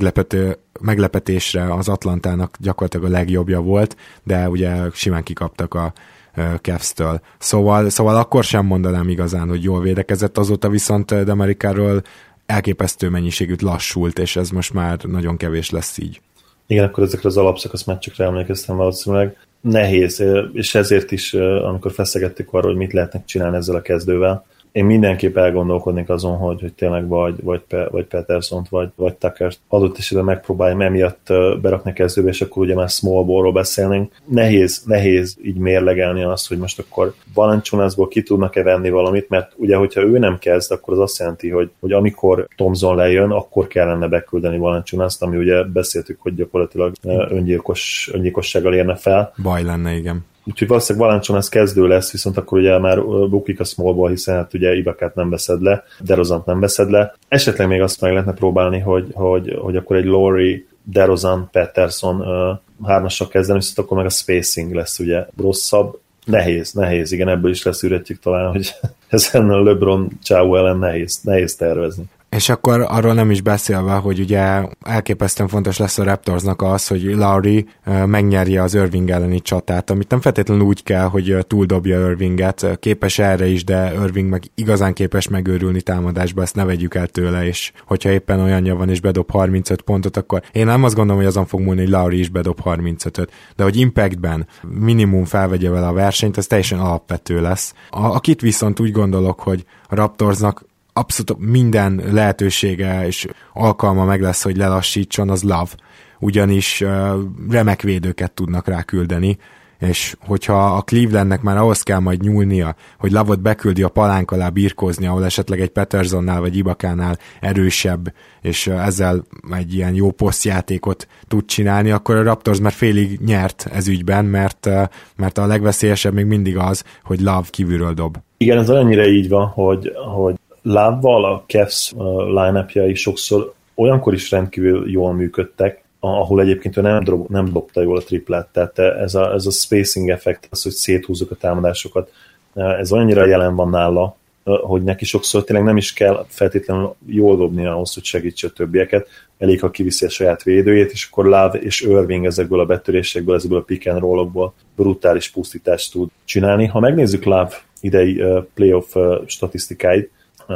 meglepetésre az Atlantának gyakorlatilag a legjobbja volt, de ugye simán kikaptak a Cavs-től. Szóval akkor sem mondanám igazán, hogy jól védekezett, azóta viszont DeMarre Carroll elképesztő mennyiségűt lassult, és ez most már nagyon kevés lesz így. Igen, akkor ezekre az alapszakasz meccsekre emlékeztem valószínűleg. Nehéz, és ezért is, amikor feszegettük arra, hogy mit lehetnek csinálni ezzel a kezdővel, én mindenképp elgondolkodnék azon, hogy tényleg vagy Pattersont, vagy Tuckert adott esetben megpróbálja emiatt berakni kezdőbe, és akkor ugye már small ballról beszélnénk. Nehéz így mérlegelni azt, hogy most akkor Valanciunasból ki tudnak-e venni valamit, mert ugye, hogyha ő nem kezd, akkor az azt jelenti, hogy amikor Thompson lejön, akkor kellene beküldeni Valanciunast, ami ugye beszéltük, hogy gyakorlatilag öngyilkossággal érne fel. Baj lenne, igen. Úgyhogy valószínűleg Valanciunas kezdő lesz, viszont akkor ugye már bukik a smallból, hiszen hát ugye Ibakát nem veszed le, DeRozant nem veszed le. Esetleg még azt meg lehetne próbálni, hogy akkor egy Lowry, DeRozan, Patterson hármassal kezdeni, viszont akkor meg a spacing lesz ugye rosszabb. Nehéz, igen, ebből is leszűrhetjük talán, hogy ezen a LeBron Chao ellen nehéz tervezni. És akkor arról nem is beszélve, hogy ugye elképesztően fontos lesz a Raptorsnak az, hogy Lowry megnyerje az Irving elleni csatát, amit nem feltétlenül úgy kell, hogy túldobja Irvinget, képes erre is, de Irving meg igazán képes megőrülni támadásba, ezt ne vegyük el tőle, és hogyha éppen olyanja van és bedob 35 pontot, akkor én nem azt gondolom, hogy azon fog múlni, hogy Lowry is bedob 35-öt, de hogy impactben minimum felvegye vele a versenyt, az teljesen alapvető lesz. Akit viszont úgy gondolok, hogy a Raptorsnak abszolút minden lehetősége és alkalma meg lesz, hogy lelassítson, az Love. Ugyanis remek védőket tudnak ráküldeni, és hogyha a Clevelandnek már ahhoz kell majd nyúlnia, hogy Love-ot beküldi a palánk alá birkózni, ahol esetleg egy Pattersonnál vagy Ibakánál erősebb, és ezzel egy ilyen jó posztjátékot tud csinálni, akkor a Raptors már félig nyert ez ügyben, mert a legveszélyesebb még mindig az, hogy Love kívülről dob. Igen, ez annyira így van, hogy Love-val a Cavs line-upjai sokszor olyankor is rendkívül jól működtek, ahol egyébként ő nem dobta jól a triplát, tehát ez a spacing effekt, az, hogy széthúzzuk a támadásokat, ez annyira jelen van nála, hogy neki sokszor tényleg nem is kell feltétlenül jól dobni ahhoz, hogy segítse a többieket, elég, ha kiviszi a saját védőjét, és akkor Love és Irving ezekből a betörésekből, ezekből a pick and roll-okból brutális pusztítást tud csinálni. Ha megnézzük Love idei playoff statisztikáit,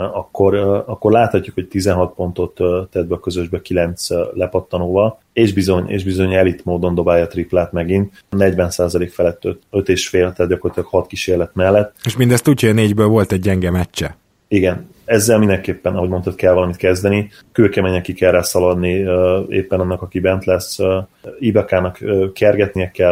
akkor láthatjuk, hogy 16 pontot tett be a közösbe 9 lepattanóval, és bizony elit módon dobálja triplát megint, 40% felett 5,5, tehát gyakorlatilag 6 kísérlet mellett. És mindezt úgy, hogy a 4-ből volt egy gyenge meccse. Igen, ezzel mindenképpen, ahogy mondtad, kell valamit kezdeni, kőkeményen ki kell rá szaladni éppen annak, aki bent lesz. Ibakának kergetnie kell,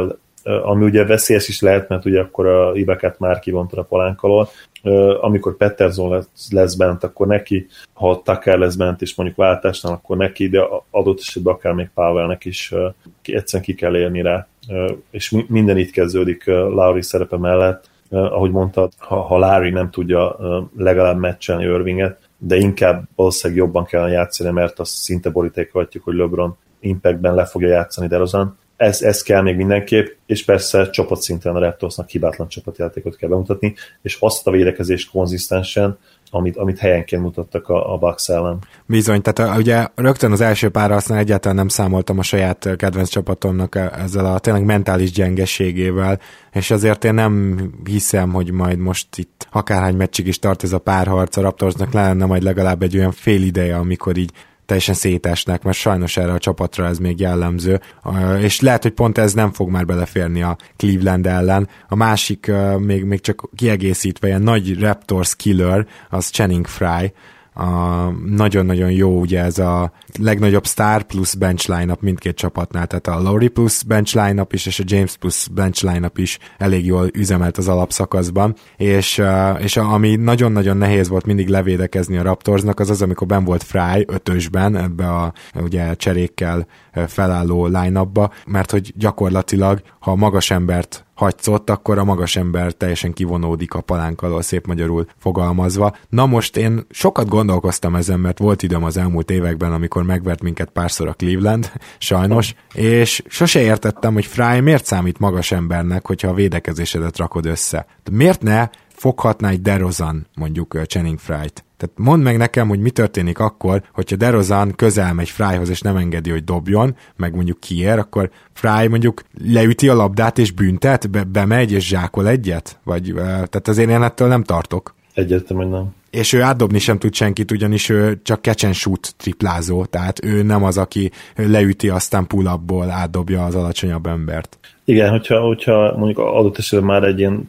ami ugye veszélyes is lehet, mert ugye akkor a Ibakát már kivontad a palánk alól. Amikor Pettersson lesz bent, akkor neki, ha Tucker lesz bent, és mondjuk váltásnál, akkor neki, de adott esetben akár még Powellnek is egyszerűen ki kell élni rá. És minden itt kezdődik Lowry szerepe mellett. Ahogy mondtad, ha Lowry nem tudja legalább meccselni Irvinget, de inkább valószínűleg jobban kellene játszani, mert azt szinte borítékolhatjuk, hogy LeBron Impactben le fogja játszani DeRozan. Ez kell még mindenképp, és persze csapatszinten a Raptorsnak hibátlan csapatjátékot kell bemutatni, és azt a védekezést konzisztensen, amit helyenként mutattak a Bucks ellen. Bizony, tehát ugye rögtön az első pár használ egyáltalán nem számoltam a saját kedvenc csapatomnak ezzel a tényleg mentális gyengeségével, és azért én nem hiszem, hogy majd most itt akárhány meccsig is tart ez a párharc, a Raptorsnak lenne majd legalább egy olyan fél ideje, amikor így teljesen szétesnek, mert sajnos erre a csapatra ez még jellemző, és lehet, hogy pont ez nem fog már beleférni a Cleveland ellen. A másik, még csak kiegészítve, ilyen nagy Raptors killer, az Channing Frye, nagyon-nagyon jó, ugye ez a legnagyobb star plusz bench line-up mindkét csapatnál, tehát a Lowry plusz bench line-up is, és a James plusz bench line-up is elég jól üzemelt az alapszakaszban, és ami nagyon-nagyon nehéz volt mindig levédekezni a Raptorsnak, az, amikor ben volt Frye ötösben, ebbe a ugye cserékkel felálló line-upba, mert hogy gyakorlatilag, ha a magas embert hagysz ott, akkor a magas ember teljesen kivonódik a palánk alól, szép magyarul fogalmazva. Na most én sokat gondolkoztam ezen, mert volt időm az elmúlt években, amikor megvert minket párszor a Cleveland, sajnos, és sose értettem, hogy Frye miért számít magas embernek, hogyha a védekezésedet rakod össze. De miért ne foghatná egy DeRozan, mondjuk Channing Frye-t? Tehát mondd meg nekem, hogy mi történik akkor, hogyha DeRozan közel megy Fryehoz, és nem engedi, hogy dobjon, meg mondjuk kiér, akkor Frye mondjuk leüti a labdát, és büntet, bemegy, és zsákol egyet? Vagy, tehát azért én ettől nem tartok. Egyértelműen nem. És ő átdobni sem tud senkit, ugyanis ő csak catch and shoot triplázó, tehát ő nem az, aki leüti, aztán pull-upból átdobja az alacsonyabb embert. Igen, hogyha mondjuk adott esetben már egy ilyen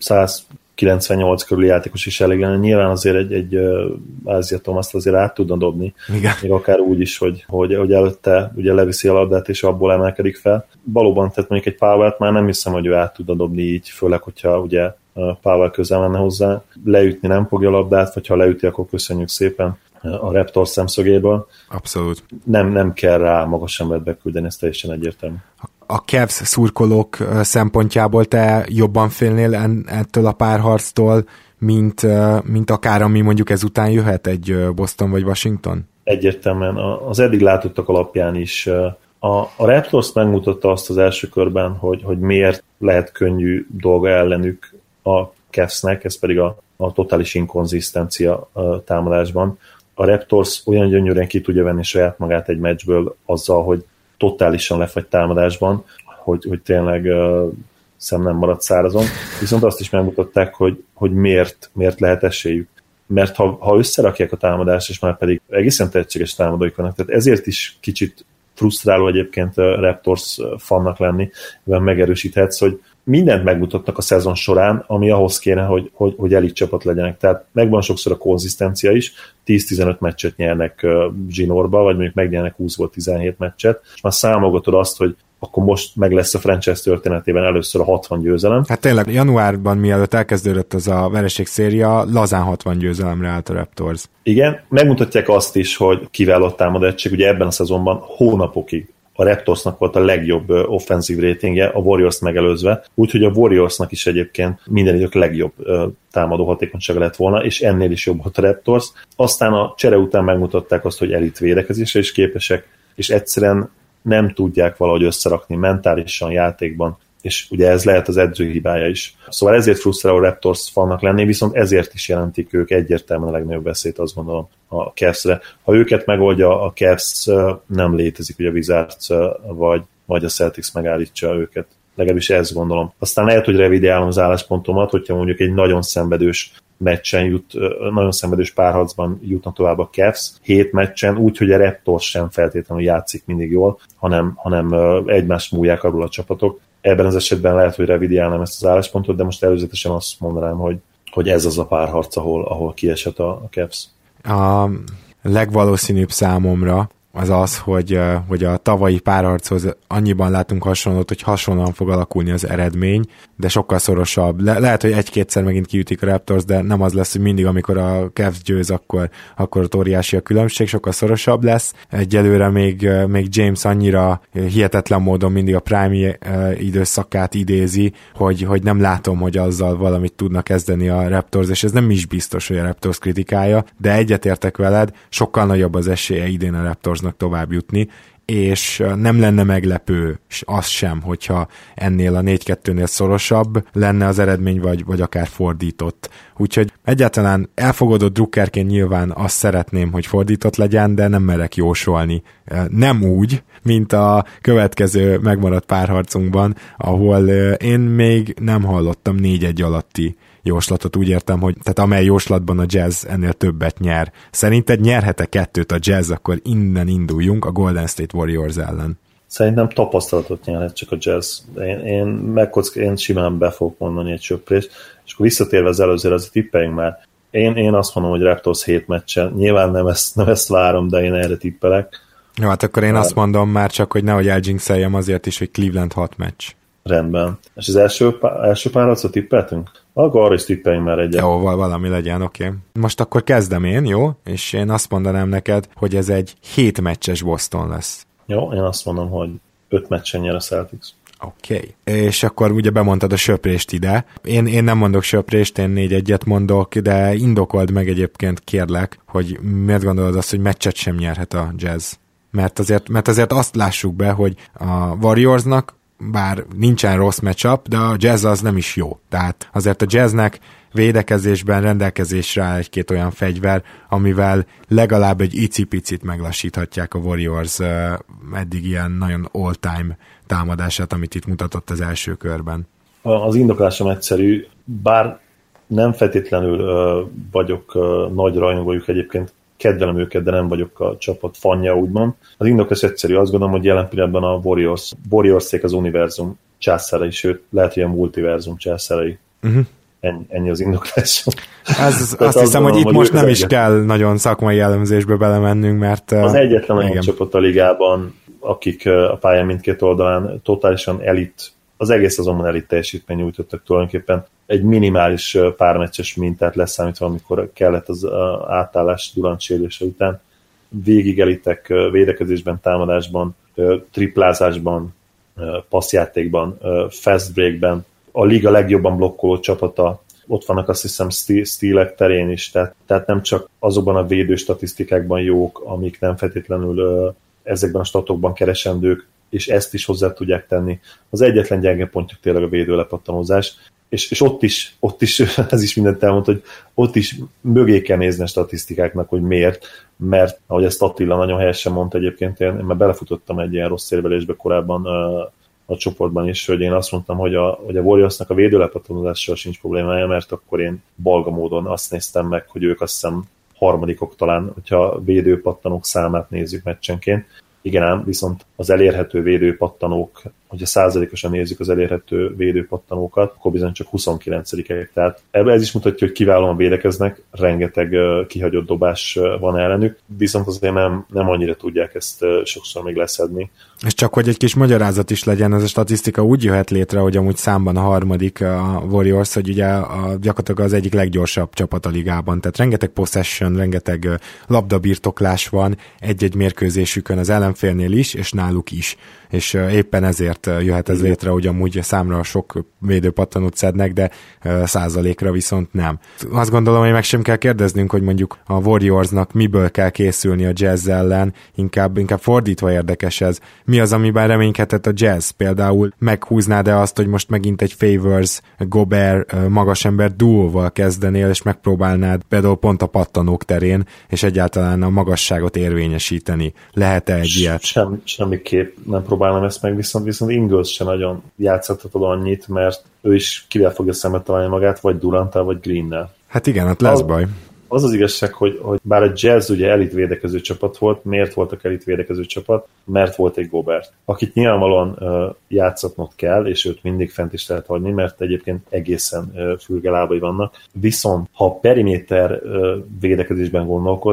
198 körüli játékos is elég lenne. Nyilván azért egy Ázia Thomas azért át tudna dobni. Igen. Még akár úgy is, hogy előtte ugye leviszi a labdát, és abból emelkedik fel. Valóban, tehát mondjuk egy Powell-t már nem hiszem, hogy ő át tudna dobni így, főleg, hogyha ugye Powell közel menne hozzá. Leütni nem fogja a labdát, vagy ha leüti, akkor köszönjük szépen a Raptors szemszögéből. Abszolút. Nem kell rá magas embert beküldeni, ez teljesen egyértelmű. A Cavs szurkolók szempontjából te jobban félnél ettől a párharctól, mint akár ami mondjuk ezután jöhet egy Boston vagy Washington? Egyértelműen. Az eddig látottak alapján is. A Raptors megmutatta azt az első körben, hogy miért lehet könnyű dolga ellenük a Cavsnek, ez pedig a totális inkonzisztencia támadásban. A Raptors olyan gyönyörűen ki tudja venni saját magát egy meccsből azzal, hogy totálisan lefagy támadásban, hogy tényleg szem nem maradt szárazon, viszont azt is megmutatták, hogy miért lehet esélyük. Mert ha összerakják a támadást, és már pedig egészen tehetséges támadóik vannak, tehát ezért is kicsit frusztráló egyébként Raptors fannak lenni, mivel megerősíthetsz, hogy mindent megmutatnak a szezon során, ami ahhoz kéne, hogy elit csapat legyenek. Tehát megvan sokszor a konzisztencia is, 10-15 meccset nyernek zsinórba, vagy mondjuk megnyernek 20-17 meccset, és már számolgatod azt, hogy akkor most meg lesz a franchise történetében először a 60 győzelem. Hát tényleg januárban, mielőtt elkezdődött az a vereségszéria, lazán 60 győzelemre állt a Raptors. Igen, megmutatják azt is, hogy kiváló támadásság, ugye ebben a szezonban hónapokig a Raptorsnak volt a legjobb offenzív ratingje, a Warriors megelőzve, úgyhogy a Warriorsnak is egyébként minden idők legjobb támadó hatékonysága lett volna, és ennél is jobb volt a Raptors. Aztán a csere után megmutatták azt, hogy elit védekezésre is képesek, és egyszerűen nem tudják valahogy összerakni mentálisan, játékban, és ugye ez lehet az edző hibája is. Szóval ezért frusztráló Raptors fannak lenni, viszont ezért is jelentik ők egyértelműen a legnagyobb veszélyt, azt gondolom, a Cavs-re. Ha őket megoldja a Cavs, nem létezik, hogy a Wizards vagy a Celtics megállítsa őket. Legalábbis ezt gondolom. Aztán lehet, hogy revideálom az álláspontomat, hogyha mondjuk egy nagyon szenvedős meccsen nagyon szenvedős párharcban jutna tovább a Cavs, 7 meccsen, úgy, hogy a Raptors sem feltétlenül játszik mindig jól, hanem egymást múlják arról a csapatok. Ebben az esetben lehet, hogy revidiálnám ezt az álláspontot, de most előzetesen azt mondanám, hogy ez az a párharc, ahol kiesett a Cavs. A legvalószínűbb számomra, az az, hogy a tavalyi párharchoz annyiban látunk hasonlót, hogy hasonlóan fog alakulni az eredmény, de sokkal szorosabb. Lehet, hogy egy-kétszer megint kiütik a Raptors, de nem az lesz, hogy mindig, amikor a Cavs győz, akkor ott óriási a különbség, sokkal szorosabb lesz. Egyelőre még James annyira hihetetlen módon mindig a prime időszakát idézi, hogy nem látom, hogy azzal valamit tudna kezdeni a Raptors, és ez nem is biztos, hogy a Raptors kritikája, de egyetértek veled, sokkal nagyobb az esélye idén a Raptorsnak tovább jutni, és nem lenne meglepő az sem, hogyha ennél a 4-2-nél szorosabb lenne az eredmény, vagy akár fordított. Úgyhogy egyáltalán elfogadott drukkerként nyilván azt szeretném, hogy fordított legyen, de nem merek jósolni. Nem úgy, mint a következő megmaradt párharcunkban, ahol én még nem hallottam 4-1 alatti jóslatot, úgy értem, hogy tehát amely jóslatban a Jazz ennél többet nyer. Szerinted nyerhet-e 2-t a Jazz, akkor innen induljunk a Golden State Warriors ellen? Szerintem tapasztalatot nyerhet csak a Jazz. Én simán be fogok mondani egy söprést, és akkor visszatérve az előzőre, az tippeljünk már. Én azt mondom, hogy Raptors 7 meccsen. Nyilván nem ezt várom, de én erre tippelek. Jó, hát akkor én azt mondom már csak, hogy nehogy eljinxeljem azért is, hogy Cleveland 6 meccs. Rendben. És az első párharcot tippeltünk? Akkor arra is tippeljünk már egyet. Jó, valami legyen, oké. Most akkor kezdem én, jó? És én azt mondanám neked, hogy ez egy 7 meccses Boston lesz. Jó, én azt mondom, hogy 5 meccsen nyer a Celtics. Oké. És akkor ugye bemondtad a söprést ide. Én nem mondok söprést, én 4-1-et mondok, de indokold meg egyébként, kérlek, hogy miért gondolod azt, hogy meccset sem nyerhet a Jazz. Mert azért azt lássuk be, hogy a Warriorsnak bár nincsen rossz matchup, de a Jazz az nem is jó. Tehát azért a Jazznek védekezésben rendelkezésre áll egy-két olyan fegyver, amivel legalább egy icipicit meglassíthatják a Warriors eddig ilyen nagyon all-time támadását, amit itt mutatott az első körben. Az indoklásom egyszerű, bár nem feltétlenül vagyok nagy rajongójuk, egyébként kedvelem őket, de nem vagyok a csapat fanja, úgymond. Az indoklás egyszerű, azt gondolom, hogy jelen pillanatban a Warriors-ék az univerzum császárai, sőt, lehet, hogy a multiverzum császárai. Uh-huh. Ennyi az indoklás. Azt hiszem, hogy itt most nem is kell nagyon szakmai elemzésbe belemennünk, mert... Az egyetlen olyan csapat a ligában, akik a pályán mindkét oldalán totálisan elit, az egész azonban elit teljesítmény nyújtottak tulajdonképpen. Egy minimális pármeccses mintát leszámítva, amikor kellett az átállás Durant sérülése után. Végig elitek védekezésben, támadásban, triplázásban, passzjátékban, fast breakben. A liga legjobban blokkoló csapata, ott vannak azt hiszem stealek terén is, tehát nem csak azokban a védő statisztikákban jók, amik nem feltétlenül ezekben a statokban keresendők, és ezt is hozzá tudják tenni. Az egyetlen gyenge pontjuk tényleg a védőlepattanózás, és ott is ez is mindent elmond, hogy ott is mögé kell nézni a statisztikáknak, hogy miért, mert ahogy ezt Attila nagyon helyesen mondta egyébként, én már belefutottam egy ilyen rossz érvelésbe korábban a csoportban is, hogy én azt mondtam, hogy a Warriorsnak a védőlepattanózással sincs problémája, mert akkor én balga módon azt néztem meg, hogy ők azt hiszem harmadikok talán, hogyha védőpattanók számát nézzük meccsenként. Igen ám, viszont az elérhető védőpattanók, hogyha százalékosan nézzük az elérhető védőpattanókat, akkor bizony csak 29-ek. Tehát ez is mutatja, hogy kiválóan védekeznek, rengeteg kihagyott dobás van ellenük, viszont azért nem annyira tudják ezt sokszor még leszedni. És csak hogy egy kis magyarázat is legyen, ez a statisztika úgy jöhet létre, hogy amúgy számban a harmadik a Warriors, hogy ugye gyakorlatilag az egyik leggyorsabb csapat a ligában, tehát rengeteg possession, rengeteg labdabirtoklás van egy-egy mérkőzésükön az ellenfélnél is, és náluk is. És éppen ezért jöhet ez létre, hogy amúgy számra sok védőpattanót szednek, de százalékra viszont nem. Azt gondolom, hogy meg sem kell kérdeznünk, hogy mondjuk a Warriorsnak miből kell készülni a Jazz ellen, inkább fordítva érdekes ez. Mi az, amiben reménykedett a Jazz? Például meghúznád-e azt, hogy most megint egy Favors, Gobert, magasember duóval kezdenél, és megpróbálnád például pont a pattanók terén, és egyáltalán a magasságot érvényesíteni? Lehet-e egy ilyet? Semmiképp nem próbálom ezt meg, viszont Ingles se nagyon játszhatod annyit, mert ő is kivel fogja szembe találni magát, vagy Duranttal, vagy Greennel. Hát igen, ott lesz baj. Az igazság, hogy bár a Jazz ugye elit védekező csapat volt, miért voltak elit védekező csapat? Mert volt egy Gobert, akit nyilvánvalóan játszatnod kell, és őt mindig fent is lehet hagyni, mert egyébként egészen fürge lábai vannak. Viszont, ha periméter védekezésben gondolkodsz,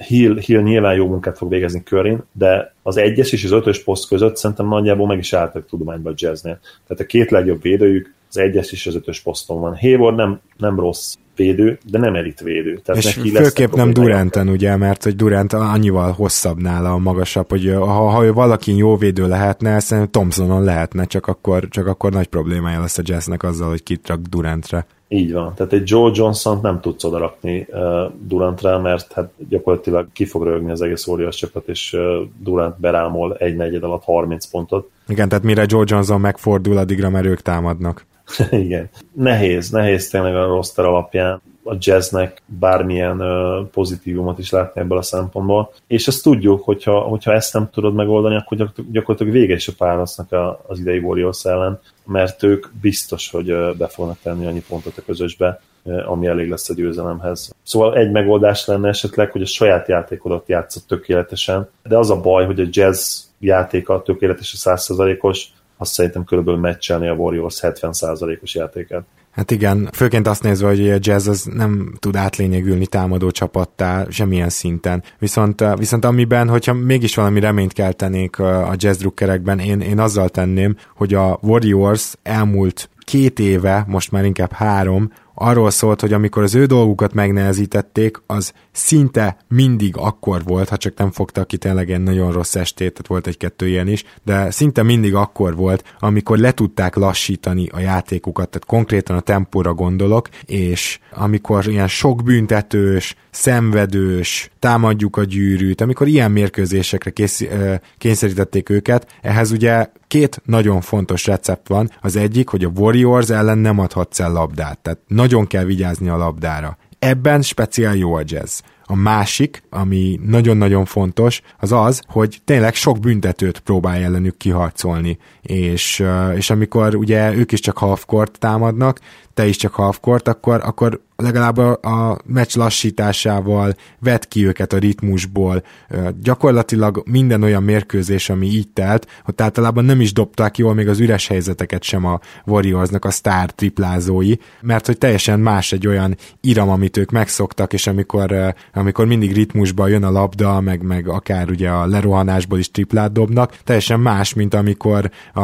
Hill nyilván jó munkát fog végezni Curryn, de az 1-es és az 5-ös poszt között szerintem nagyjából meg is álltak tudományban a Jazznél. Tehát a két legjobb védőjük az 1-es és az 5-ös poszton van. Hayward nem rossz védő, de nem elit védő. Tehát és neki főképp nem Duranten, ugye, mert hogy Durant annyival hosszabb nála, magasabb, hogy ha valaki jó védő lehetne, szerintem Thompsonon lehetne, csak akkor nagy problémája lesz a Jazznek azzal, hogy kitrak Durantre. Így van. Tehát egy Joe Johnson-t nem tudsz odarakni Durantre, mert hát gyakorlatilag ki fog rögni az egész Warriors csapat, és Durant berámol 1/4 alatt 30 pontot. Igen, tehát mire Joe Johnson megfordul, addigra már ők támadnak. Igen. Nehéz tényleg a roster alapján a Jazznek bármilyen pozitívumot is látni ebből a szempontból. És ezt tudjuk, hogyha ezt nem tudod megoldani, akkor gyakorlatilag vége is a párharcnak az idei Warriors ellen, mert ők biztos, hogy be fognak tenni annyi pontot a közösbe, ami elég lesz a győzelemhez. Szóval egy megoldás lenne esetleg, hogy a saját játékodat játszott tökéletesen, de az a baj, hogy a Jazz játéka tökéletes a 100%-os, azt szerintem körülbelül meccselni a Warriors 70%-os játékát. Hát igen, főként azt nézve, hogy a Jazz az nem tud átlényegülni támadó csapattá semmilyen szinten. Viszont amiben, hogyha mégis valami reményt keltenék a Jazz drukkerekben, én azzal tenném, hogy a Warriors elmúlt 2 éve, most már inkább 3, arról szólt, hogy amikor az ő dolgukat megnehezítették, az szinte mindig akkor volt, ha csak nem fogtak ki tényleg egy nagyon rossz estét, tehát volt 1-2 ilyen is, de szinte mindig akkor volt, amikor le tudták lassítani a játékukat, tehát konkrétan a tempóra gondolok, és amikor ilyen sok büntetős, szenvedős, támadjuk a gyűrűt, amikor ilyen mérkőzésekre kényszerítették őket, ehhez ugye 2 nagyon fontos recept van. Az egyik, hogy a Warriors ellen nem adhatsz el labdát, tehát nagyon kell vigyázni a labdára. Ebben speciál jó a Jazz. A másik, ami nagyon-nagyon fontos, az, hogy tényleg sok büntetőt próbálj ellenük kiharcolni, és amikor ugye ők is csak halfcourt támadnak, te is csak halfcourt, akkor legalább a meccs lassításával vedd ki őket a ritmusból. Gyakorlatilag minden olyan mérkőzés, ami így telt, hogy általában nem is dobták jól még az üres helyzeteket sem a Warriorsnak a sztár triplázói, mert hogy teljesen más egy olyan iram, amit ők megszoktak, és amikor mindig ritmusban jön a labda, meg akár ugye a lerohanásból is triplát dobnak, teljesen más, mint amikor a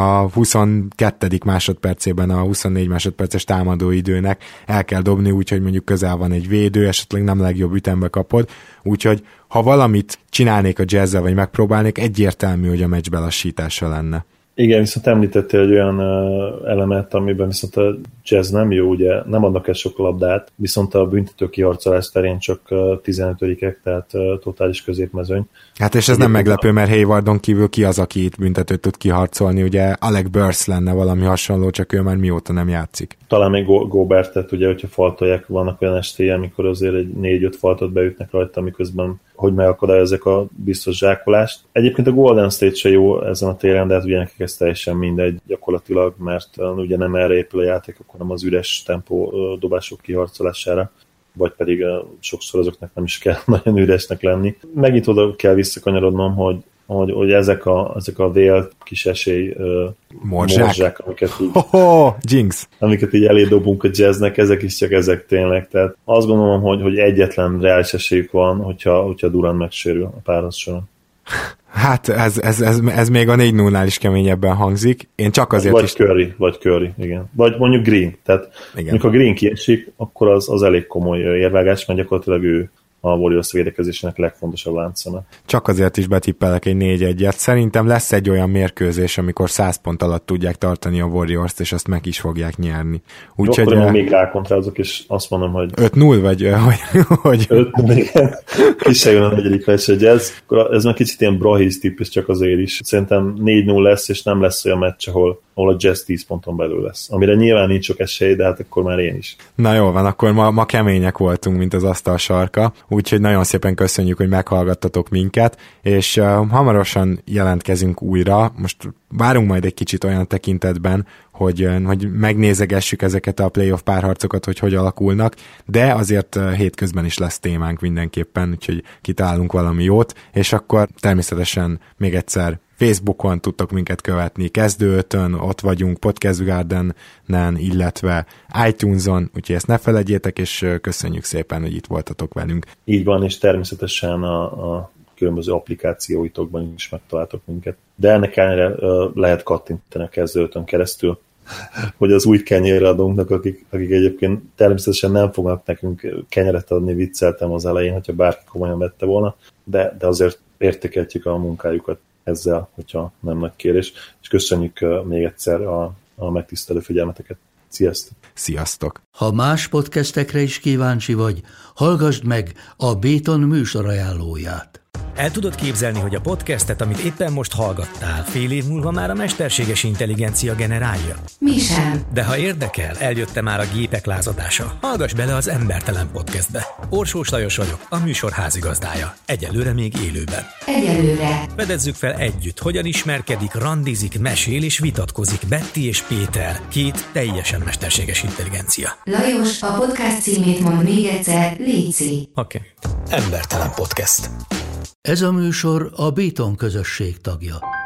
22. másodpercében a 24 másodperces támadóidőnek el kell dobni, úgyhogy mondjuk közel van egy védő, esetleg nem legjobb ütembe kapod, úgyhogy ha valamit csinálnék a Jazz-zel, vagy megpróbálnék, egyértelmű, hogy a meccs belassítása lenne. Igen, viszont említettél egy olyan elemet, amiben viszont a Jazz nem jó, ugye nem adnak el sok labdát, viszont a büntető kiharcolás terén csak 15-ek, tehát totális középmezőny. Hát és ez nem meglepő, mert Haywardon kívül ki az, aki itt büntetőt tud kiharcolni, ugye Alec Burks lenne valami hasonló, csak ő már mióta nem játszik. Talán még Gobertet, ugye, hogyha faltolják, vannak olyan estéje, amikor azért egy 4-5 faltot beütnek rajta, miközben hogy megakadályozzák a biztos zsákolást. Egyébként a Golden State se jó ezen a téren, de hát ugye nekik ez teljesen mindegy gyakorlatilag, mert ugye nem erre épül a játék, akkor nem az üres tempó dobások kiharcolására, vagy pedig sokszor azoknak nem is kell nagyon üresnek lenni. Megint oda kell visszakanyarodnom, hogy ezek a vélt kis esély morzsák, amiket így elé dobunk a Jazznek, ezek is csak ezek tényleg. Tehát azt gondolom, hogy egyetlen reális esélyük van, hogyha Durant megsérül a párharc során. Hát ez még a 4-0-nál is keményebben hangzik. Én csak azért vagy Curry, igen. Vagy mondjuk Green. Tehát amikor Green kiesik, akkor az elég komoly érvágás, mert gyakorlatilag ő a Warriors védekezésének legfontosabb láncszeme. Csak azért is betippelek egy 4-1-et. Szerintem lesz egy olyan mérkőzés, amikor 100 pont alatt tudják tartani a Warriors-t, és azt meg is fogják nyerni. Úgyhogy akkor még rákontrázok, és azt mondom, hogy 5-0, vagy 5-0, igen. Kis se jön a negyedik meccs, hogy ez már kicsit ilyen Brahiz tipp, és csak azért is. Szerintem 4-0 lesz, és nem lesz olyan meccs, ahol a Jazz 10 ponton belül lesz. Amire nyilván nincs sok esély, de hát akkor már én is. Na jól van, akkor ma kemények voltunk, mint az asztal sarka, úgyhogy nagyon szépen köszönjük, hogy meghallgattatok minket, és hamarosan jelentkezünk újra. Most várunk majd egy kicsit olyan tekintetben, hogy megnézegessük ezeket a playoff párharcokat, hogy alakulnak, de azért hétközben is lesz témánk mindenképpen, úgyhogy kitalálunk valami jót, és akkor természetesen még egyszer Facebookon tudtok minket követni, Kezdőötön, ott vagyunk, Podcast Gardenen, illetve iTunes-on, úgyhogy ezt ne felejtjétek, és köszönjük szépen, hogy itt voltatok velünk. Így van, és természetesen a különböző applikációitokban is megtaláltok minket. De ennek ellenére lehet kattintani a Kezdőötön keresztül, hogy az új kenyérradónknak, akik egyébként természetesen nem fognak nekünk kenyeret adni, vicceltem az elején, hogyha bárki komolyan vette volna, de azért értékeltjük a munkájukat ezzel, hogyha nem nagy kérés, és köszönjük még egyszer a megtisztelő figyelmeteket. Sziasztok! Sziasztok! Ha más podcastekre is kíváncsi vagy, hallgassd meg a Béton műsor ajánlóját. El tudod képzelni, hogy a podcastet, amit éppen most hallgattál, fél év múlva már a mesterséges intelligencia generálja? Mi sem. De ha érdekel, eljötte már a gépek lázadása. Hallgass bele az Embertelen Podcastbe. Orsós Lajos vagyok, a műsor házigazdája. Egyelőre még élőben. Egyelőre. Fedezzük fel együtt, hogyan ismerkedik, randizik, mesél és vitatkozik Betty és Péter, két teljesen mesterséges intelligencia. Lajos, a podcast címét mond még egyszer, léci. Oké. Embertelen Podcast. Ez a műsor a Béton közösség tagja.